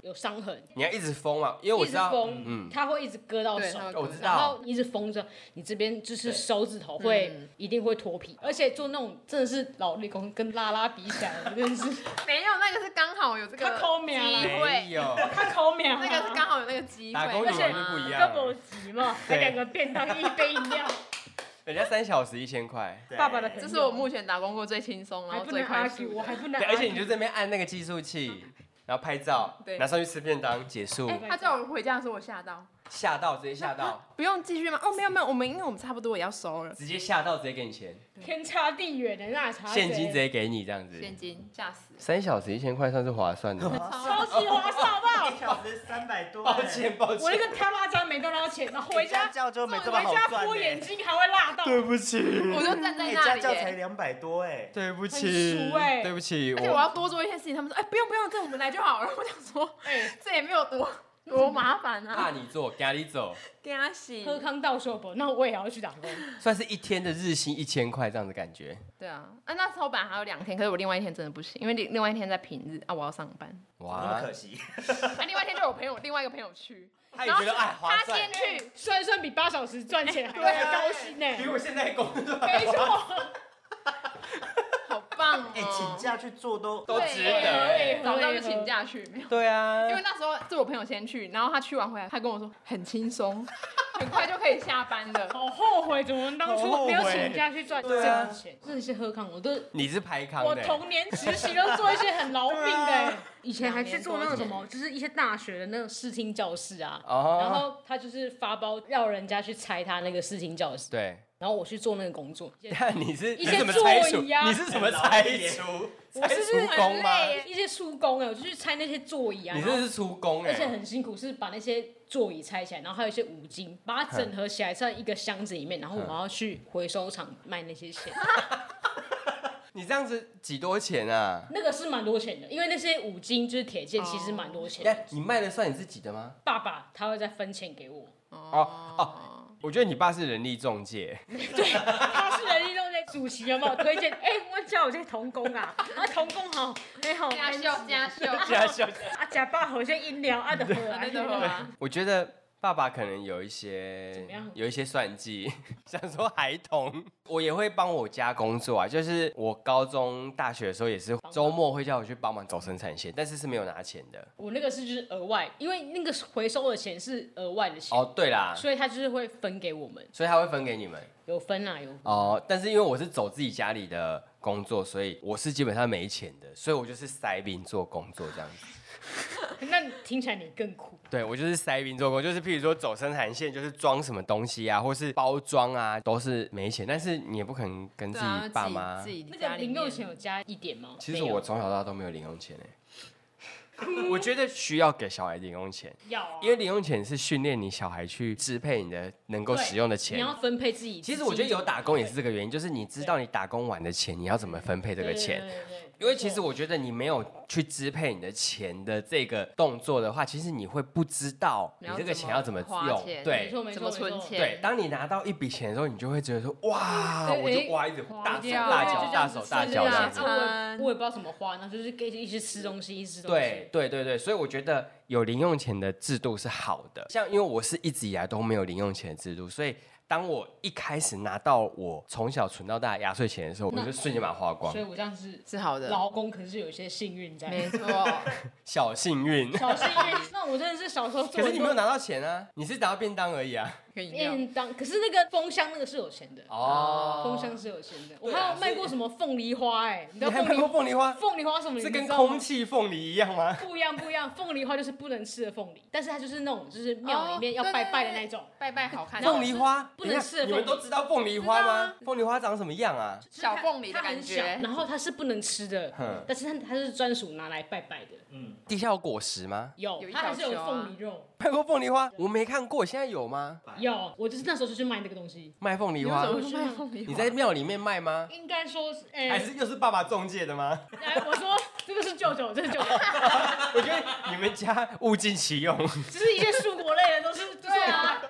痕。 你要一直封嘛，因为我知道， 它会一直割到手， 我知道。 然后一直封着，你这边就是手指头一定会脱皮，而且做那种真的是劳力工，跟拉拉比起来，真的是没有，那个是刚好有这个机没会， 有， 他抠秒， 那个是刚好有那个机会， 打工女人就不一样根本急嘛，还2个便当1杯饮料。 人家3小时1000块， 爸爸的朋友， 这是我目前打工过最轻松，然后最快速， 我还不能， 而且你就这边按那个计数器，然后拍照，拿上去吃便当，结束。 他叫我回家的时候，我吓到， 直接吓到。 不用继续吗？哦，没有，因为我们差不多也要收了。 直接吓到，直接给你钱， 天差地远的那差。 现金直接给你这样子。 现金，吓死。 3小时1000块算是划算的， 超级划算，好不好 ？1小时300多。 抱歉。 我那个他妈家没赚到钱，然后回家叫就没这么好赚。 我眼睛还会辣到。 对不起， 我就站在那里。 家教才200多哎。 对不起，对不起。 而且我要多做一些事情，他们说，不用，这我们来就好了。我想说，这也没有多麻烦啊！ 怕你做，给你走， 给他洗， 喝康到手不？那我也要去打工， 算是一天的日薪1000块这样的感觉。 对啊，那时候本来还有2天，可是我另外1天真的不行，因为另外1天在平日啊，我要上班。 哇，那么可惜。 另外1天就有另外一个朋友去， 他也觉得划算。 他先去， 算比8小时赚钱还高兴呢， 比我现在工作没错。 好棒哦！ 请假去做都值得， 早上就请假去，没有？ 对啊， 因为那时候是我朋友先去，然后他去完回来，他跟我说很轻松，很快就可以下班了。 好后悔，怎么当初没有请假去赚这个钱？真的是喝康，我都你是排康的， 我童年实习都做一些很劳命的，以前还去做那种什么，就是一些大学的那种视听教室啊，然后他就是发包要人家去拆他那个视听教室， 对。 然后我去做那个工作， 你是一些怎么拆除？ 座椅啊， 你是怎么拆除？ 我是出工吗？ 一些疏工我就去拆那些座椅啊。 你这是出工而且很辛苦，是把那些座椅拆起来，然后还有一些五金，把它整合起来在一个箱子里面，然后我要去回收厂卖那些钱。 你这样子几多钱啊？ 那个是蛮多钱的，因为那些五金就是铁件，其实蛮多钱的。 你卖的算你自己的吗？ 爸爸他会再分钱给我。 我觉得你爸是人力中介。 对，他是人力中介，主席有没有推荐？我叫我这童工啊，童工好，好加秀， 啊，假爸好像饮料啊的喝啊， 我觉得爸爸可能有一些算计，想说孩童，我也会帮我家工作啊。就是我高中、大学的时候也是周末会叫我去帮忙走生产线，但是没有拿钱的。 我那个是就是额外，因为那个回收的钱是额外的钱。 哦，对啦， 所以他就是会分给我们。 所以他会分给你们？ 有分啊，有分。 哦，但是因为我是走自己家里的工作，所以我是基本上没钱的，所以我就是塞兵做工作这样子。 那听起来你更苦。 对，我就是塞兵做工，就是譬如说走生产线，就是装什么东西啊，或是包装啊，都是没钱。但是你也不可能跟自己爸妈。 那个零用钱有加一点吗？ 其实我从小到大都没有零用钱我觉得需要给小孩零用钱，因为零用钱是训练你小孩去支配你的能够使用的钱。 你要分配自己。 其实我觉得有打工也是这个原因，就是你知道你打工完的钱，你要怎么分配这个钱。因为其实我觉得你没有去支配你的钱的这个动作的话，其实你会不知道你这个钱要怎么用。对， 怎么存钱。 对，当你拿到一笔钱的时候，你就会觉得说，哇，我就一直大手大脚，大手大脚这样子。 我也不知道怎么花，那就是给一直吃东西， 对，所以我觉得有零用钱的制度是好的。像因为我是一直以来都没有零用钱的制度，所以当我一开始拿到我从小存到大的压岁钱的时候，我就瞬间把它花光。 所以我这样是好的。劳工可是有一些幸运在。 没错， 小幸运。 那我真的是小时候做。 可是你没有拿到钱啊，你是拿到便当而已啊。 便当，可是那个封箱那个是有钱的哦，封箱是有钱的。我还有卖过什么凤梨花你知道凤梨花？ 凤梨花什么？ 是跟空气凤梨一样吗？ 不一样。凤梨花就是不能吃的凤梨，但是它就是那种就是庙里面要拜拜的那种， 拜好看。 凤梨花不能吃的凤梨， 你们都知道凤梨花吗？凤梨花长什么样啊？ 小凤梨的感觉， 然后它是不能吃的，但是它是专属拿来拜拜的。 地下有果实吗？ 有，它还是有凤梨肉。 卖过凤梨花？我没看过，现在有吗？ 有，我就是那时候就去卖那个东西。 卖凤梨花？你在庙里面卖吗？ 应该说是， 还是又是爸爸中介的吗？ 我说这个是舅舅，这是舅舅。 我觉得你们家物尽其用， 只是一些蔬果类的都是，对啊，毕竟我们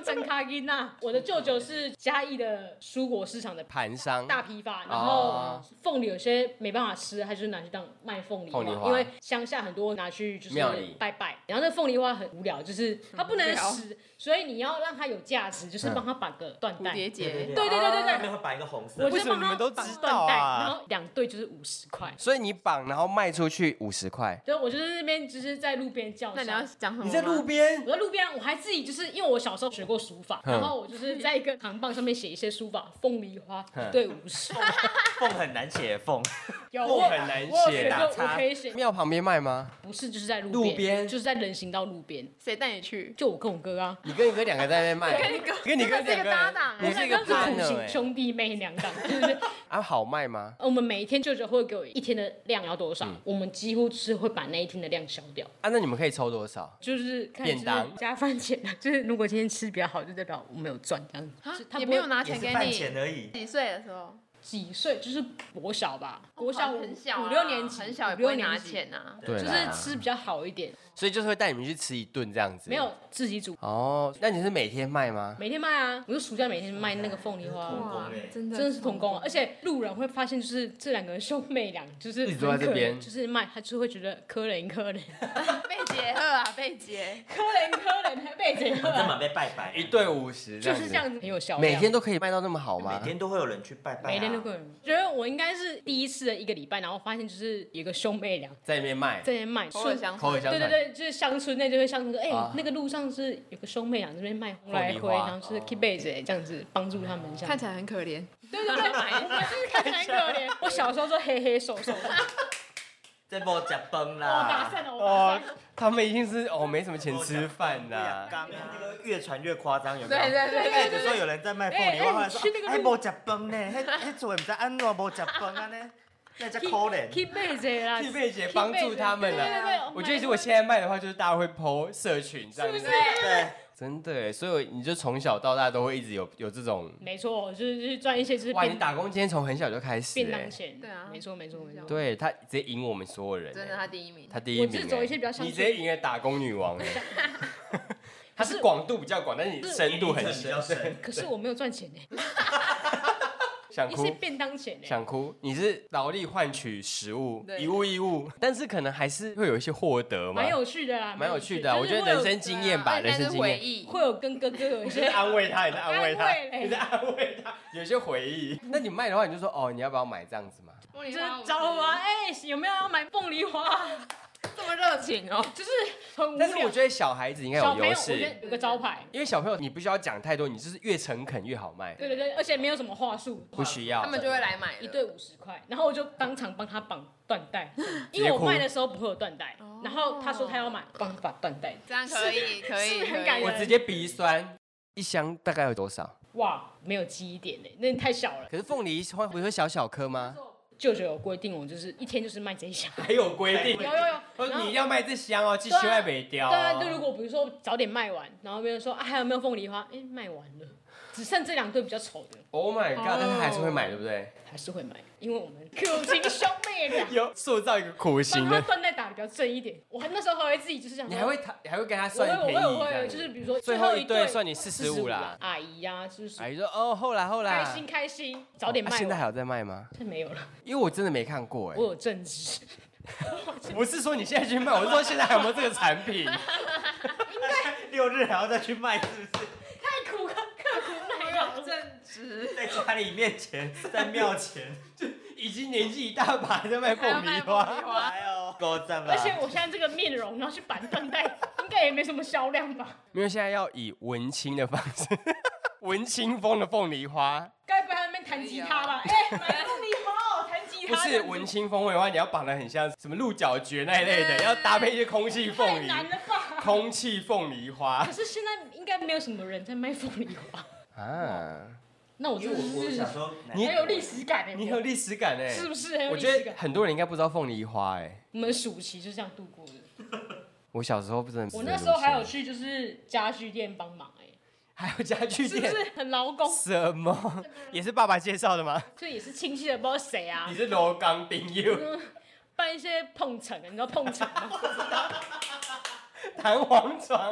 当真卡金呐。我的舅舅是嘉义的蔬果市场的盘商大批发，然后凤梨有些没办法吃，他就拿去当卖凤梨花，因为乡下很多拿去就是拜拜，然后那凤梨花很无聊，就是它不能吃，所以你要让它有价值，就是帮它绑个缎带。 蝴蝶结， 对， 上面会绑一个红色。 我就帮你们都绑知道缎带， 啊？ 然后2对就是50块。 所以你绑然后卖出去50块。 对，我就是那边就是在路边叫。 那你要讲什么？ 你在路边？ 我在路边，我还自己就是因为我小时候学过书法，然后我就是在一个扛棒上面写一些书法，凤梨花1对50。 凤很难写凤， 有凤很难写， 我可以写。 庙旁边卖吗？ 不是，就是在路边，就是在人行道路边。 谁带你去？ 就我跟我哥啊。 你跟你哥2个在那边卖？跟你哥2个搭档， 你是一个 partner 兄弟妹2档，就是啊，好卖吗？ 我们每一天舅舅会给我1天的量要多少，我们几乎是会把那1天的量消掉。 啊，那你们可以抽多少？ 就是看便当加饭钱啊，就是如果今天吃比较好，就代表我们有赚这样子。 也没有拿钱给你， 饭钱而已。 几岁的时候？ 几岁就是国小吧，国小很小 5、6年级， 很小也不会拿钱啊， 对， 就是吃比较好一点。 所以就是会带你们去吃一顿这样子。 没有自己煮哦，那你是每天卖吗？ 每天卖啊，我就暑假每天卖那个凤梨花， 哇，真的是童工啊！而且路人会发现，就是这2个兄妹俩就是一直坐在这边， 就是卖，他就会觉得可怜， 被结喝啊，被结， 可怜，还被结喝， 根本被拜拜 1对50， 就是这样子，很有销量。 每天都可以卖到那么好吗？ 每天都会有人去拜拜， 每天都会有人。觉得我应该是第一次的1个礼拜，然后发现就是有个兄妹俩在那边卖， 在那边卖， 口耳相传， 对，就是乡村内就会乡村说，那个路上是有个兄妹俩这边卖红来灰，然后是 keep base 这样子帮助他们， 看起来很可怜。 对，我就是看起来很可怜。我小时候就黑黑瘦瘦的。 这波吃饭啦！ 我打散了， 他们一定是没什么钱吃饭的。 刚那个越传越夸张，有没有？ 对。 比如说有人在卖凤梨花，后来说哎无吃饭呢，迄做唔知安怎无吃饭啊呢？那叫可怜。 Keep base 啦 ，Keep base 帮助他们了。 对。 我觉得如果现在卖的话，就是大家会 po 社群这样子。 对。 真的，所以你就从小到大都会一直有这种。 没错，就是赚一些就是。 哇，你打工今天从很小就开始。 便当钱。 对啊， 没错。 对他直接赢我们所有人。 真的，他第1名。 他第1名。 我是走一些比较像。 你直接赢了打工女王。他是广度比较广，但是你深度很深。 可是我没有赚钱呢。 想哭， 一些便当钱想哭。你是劳力换取食物，一物，但是可能还是会有一些获得嘛， 蛮有趣的啦， 蛮有趣的。我觉得人生经验吧，人生经验会有跟哥哥有一些安慰他，你在安慰他，有些回忆。那你卖的话，你就说你要不要买这样子嘛？ 凤梨花找我有没有要买凤梨花？ 这么热情哦， 就是很无聊。 但是我觉得小孩子应该有优势， 有个招牌， 因为小朋友你不需要讲太多，你就是越诚恳越好卖。 对，而且没有什么话术， 不需要， 他们就会来买 1对50块，然后我就当场帮他绑缎带，因为我卖的时候不会有缎带，然后他说他要买，帮他绑缎带， 这样可以， 很感人。 我直接鼻酸，一箱大概有多少？ 哇，没有记忆点嘞，那太小了。 可是凤梨花不是小颗吗？ 舅舅有规定，我就是1天就是卖这一箱。 还有规定？ 有。 你要卖这箱哦，7块没掉。 对啊，就如果比如说早点卖完，然后别人说还有没有凤梨花？卖完了，只剩这2对比较丑的。 Oh my god！但是还是会买，对不对？ 还是会买，因为我们苦情兄妹俩有塑造一个苦情的。 帮他缎带打得比较正一点。我那时候还会自己就是这样。 你还会跟他算便宜？ 我会，就是比如说最后一对算你45啦。 阿姨呀，就是阿姨说后来开心，早点卖。 现在还有在卖吗？ 现在没有了， 因为我真的没看过我有正职。 不是说你现在去卖，我是说现在还有没有这个产品？ 应该6日还要再去卖，是不是？ 太苦了，刻苦耐劳， 正直， 在家里面前，在庙前， 就已经年纪一大把在卖凤梨花， 哎呦，够赞吧！ 而且我现在这个面容，然后去绑缎带，应该也没什么销量吧？ 因为现在要以文青的方式，文青风的凤梨花。 该不会在那边弹吉他吧？买凤梨花弹吉他。 不是文青风味的话，你要绑得很像什么鹿角蕨那一类的，要搭配一些空气凤梨。 太难了吧？ 空气凤梨花。 可是现在应该没有什么人在卖凤梨花啊。那我真的是想说， 你很有历史感哎， 你很有历史感哎， 是不是很有历史感？我觉得很多人应该不知道凤梨花哎。 我们暑期就这样度过的。 我小时候不真的。 我那时候还有去就是家具店帮忙哎。 还有家具店， 是不是很劳工？ 什么？也是爸爸介绍的吗？ 这也是亲戚的，不知道谁啊。 你是罗刚朋友。 办一些碰瓷，你知道碰瓷吗？ 弹簧床。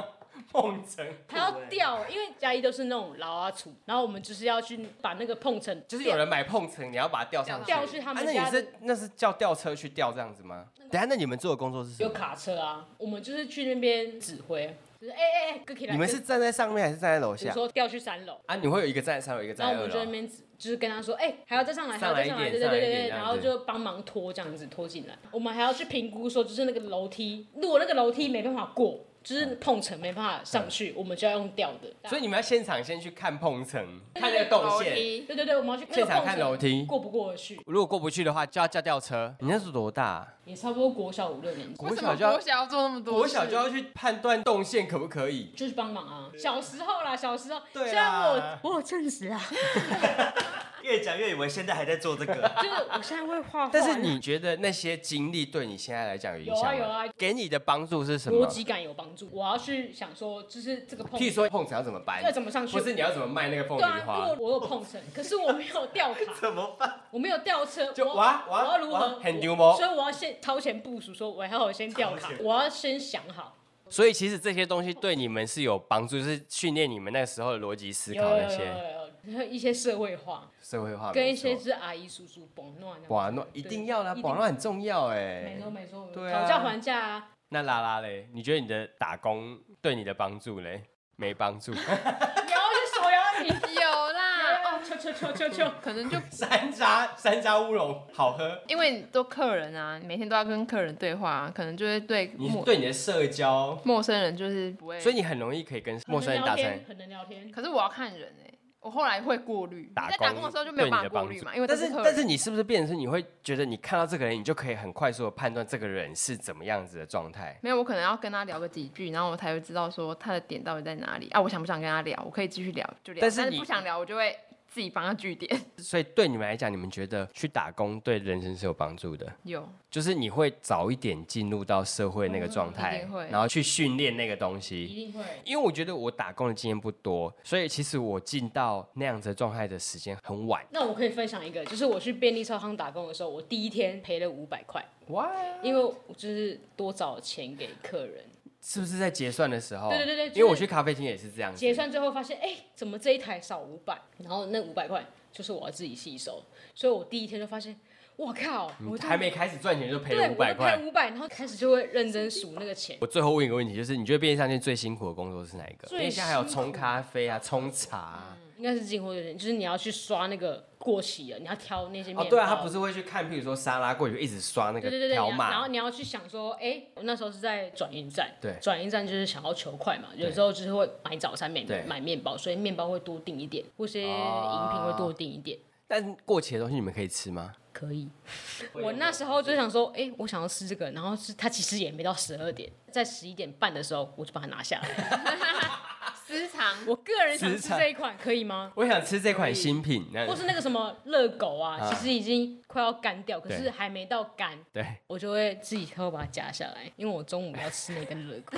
碰层还要吊，因为嘉义都是那种老阿厝，然后我们就是要去把那个碰层， 就是有人买碰层，你要把它吊上去， 吊去他们那家的。 那是叫吊车去吊这样子吗？等一下，那你们做的工作是什么？ 有卡车啊，我们就是去那边指挥，就是哥起来。 你们是站在上面还是站在楼下？ 比如说调去3楼啊，你会有一个站在3楼，一个站在2楼。 然后我们就在那边就是跟他说，还要再上来，还上来一点， 对，然后就帮忙拖这样子拖进来。我们还要去评估说，就是那个楼梯，如果那个楼梯没办法过，就是碰层没办法上去，我们就要用吊的。 所以你们要现场先去看碰层，看那个动线。 对，我们要去现场看楼梯， 过不过得去。 如果过不去的话，就要叫吊车。你那时候多大？ 也差不多国小5、6年级。 国小要做那么多， 国小就要去判断动线可不可以， 就是帮忙啊。小时候， 对啊， 虽然我有证实啊。 越讲越以为现在还在做这个， 就是我现在会画画。 但是你觉得那些经历对你现在来讲有影响吗？ 有啊， 给你的帮助是什么？ 逻辑感有帮助。我要去想说，就是这个碰， 譬如说碰层要怎么搬， 要怎么上去， 不是你要怎么卖那个凤梨对花。 啊，如果我有碰层，可是我没有吊卡， 怎么办？ 我没有吊车， 就我要如何很丢吗？ 所以我要先超前部署，说我还要先吊卡，我要先想好。 所以其实这些东西对你们是有帮助，就是训练你们那时候的逻辑思考那些。 有一些社会化， 社会化跟一些是阿姨叔叔绑乱， 绑乱一定要的，绑乱很重要哎。 没错， 对啊， 讨价还价啊。 那拉拉嘞，你觉得你的打工对你的帮助嘞？没帮助。 有是手摇你有啦， 哦，求， 可能就山楂乌龙好喝， 因为都客人啊，每天都要跟客人对话啊，可能就会对你对你的社交陌生人就是不会， 所以你很容易可以跟陌生人打成。 很能聊天。 可是我要看人我后来会过滤，你在打工的时候就没有办法过滤嘛，因为但是你是不是变成是你会觉得你看到这个人，你就可以很快速的判断这个人是怎么样子的状态？ 没有，我可能要跟他聊个几句，然后我才会知道说他的点到底在哪里啊。我想不想跟他聊，我可以继续聊就聊，但是不想聊我就会自己帮他据点。 所以对你们来讲，你们觉得去打工对人生是有帮助的？ 有， 就是你会早一点进入到社会那个状态，然后去训练那个东西。 一定会。 因为我觉得我打工的经验不多，所以其实我进到那样子的状态的时间很晚。 那我可以分享一个，就是我去便利超商打工的时候，我第一天赔了500块。哇！因为我就是多找钱给客人。 是不是在结算的时候？ 对， 因为我去咖啡厅也是这样子。 结算最后发现，怎么这一台少500？然后那500块就是我要自己吸收，所以我第一天就发现，我靠，我还没开始赚钱就赔了500块。 赔500，然后开始就会认真数那个钱。 我最后问一个问题，就是你觉得便利商店最辛苦的工作是哪一个？因为现在还有冲咖啡啊、冲茶。 应该是进货员，就是你要去刷那个过期了，你要挑那些面包。 对啊，他不是会去看，譬如说沙拉过去，一直刷那个条码。 然后你要去想说，我那时候是在转运站， 对， 转运站就是想要求快嘛，有时候就是会买早餐，买面包，所以面包会多订一点，或些饮品会多订一点。 但过期的东西你们可以吃吗？ 可以。我那时候就想说，我想要吃这个，然后它其实也没到12点，在11点半的时候我就把它拿下来。 私藏， 我个人想吃这一款，可以吗？ 我想吃这款新品， 或是那个什么热狗啊，其实已经快要干掉，可是还没到干， 对， 我就会自己偷把它夹下来，因为我中午要吃那根热狗。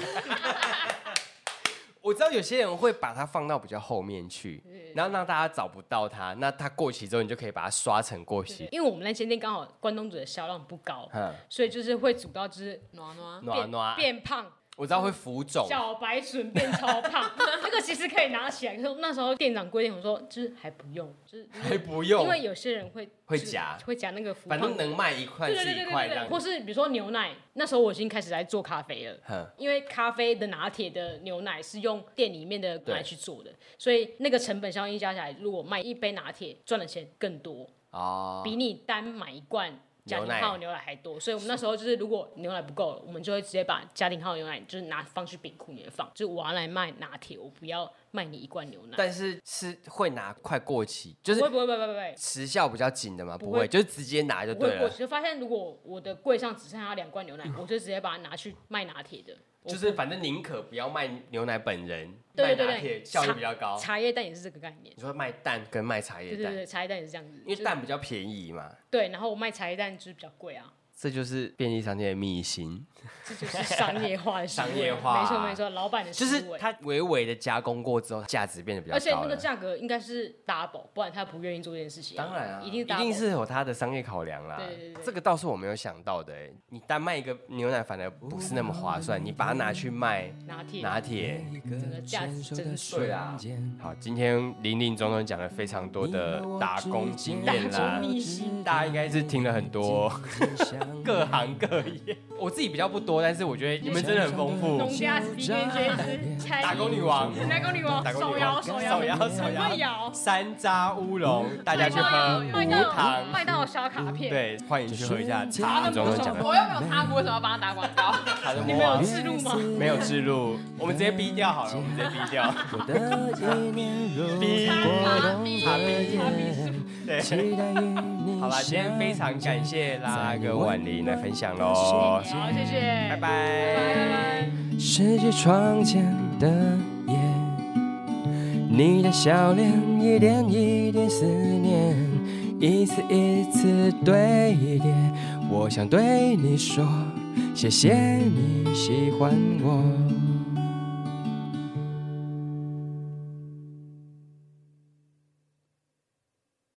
我知道有些人会把它放到比较后面去，然后让大家找不到它。那它过期之后，你就可以把它刷成过期。 因为我们那间店刚好关东煮的销量不高，所以就是会煮到就是暖变胖。 我知道会浮肿， 小白笋变超胖，那个其实可以拿起来。可是那时候店长规定我说，就是还不用，就是还不用， 因为有些人会夹那个浮胖， 反正能卖1块是1块这样。 或是比如说牛奶，那时候我已经开始在做咖啡了，因为咖啡的拿铁的牛奶是用店里面的牛奶去做的，所以那个成本效益加起来，如果卖一杯拿铁赚的钱更多，比你单买一罐家庭号牛奶还多，所以我们那时候就是，如果牛奶不够了，我们就会直接把家庭号牛奶就是放去冰库里面放，就是我要来卖拿铁，我不要卖你1罐牛奶。 但是会拿快过期，就是不会， 时效比较紧的嘛，不会，就是直接拿就对了。 不会过期，就发现如果我的柜上只剩下2罐牛奶，我就直接把它拿去卖拿铁的。 就是反正宁可不要卖牛奶本人， 对卖拿铁效率比较高。 茶叶蛋也是这个概念。 你说卖蛋跟卖茶叶蛋， 对，茶叶蛋也是这样子， 因为蛋比较便宜嘛。 对，然后我卖茶叶蛋就是比较贵啊。 这就是便利商店的秘辛。 这就是商业化的行为， 商业化没错没错，老板的思维就是它微微的加工过之后，价值变得比较高了， 而且那个价格应该是 double， 不然他不愿意做这件事情。 当然啊， 一定是有他的商业考量啦。 对， 这个倒是我没有想到的。你单卖一个牛奶反而不是那么划算，你把它拿去卖拿铁， 整个价值增值。 对啊。好，今天林林总总讲了非常多的打工经验啦，大家应该是听了很多各行各业。我自己比较不多，但是我觉得你们真的很丰富。 农家子弟编学子， 打工女王， 手摇，会摇山楂乌龙，大家去喝无糖， 麦当劳小卡片， 对，欢迎去喝一下茶。总总讲的， 我又没有插播，为什么要帮他打广告？ 你们有置入吗？ 没有置入，我们直接逼掉好了，我们直接逼掉。对，好啦，今天非常感谢拉跟婉玲来分享喽。 好，谢谢， 拜拜。 世界窗前的夜，你的笑脸一点一点思念，一次一次堆叠。我想对你说，谢谢你喜欢我。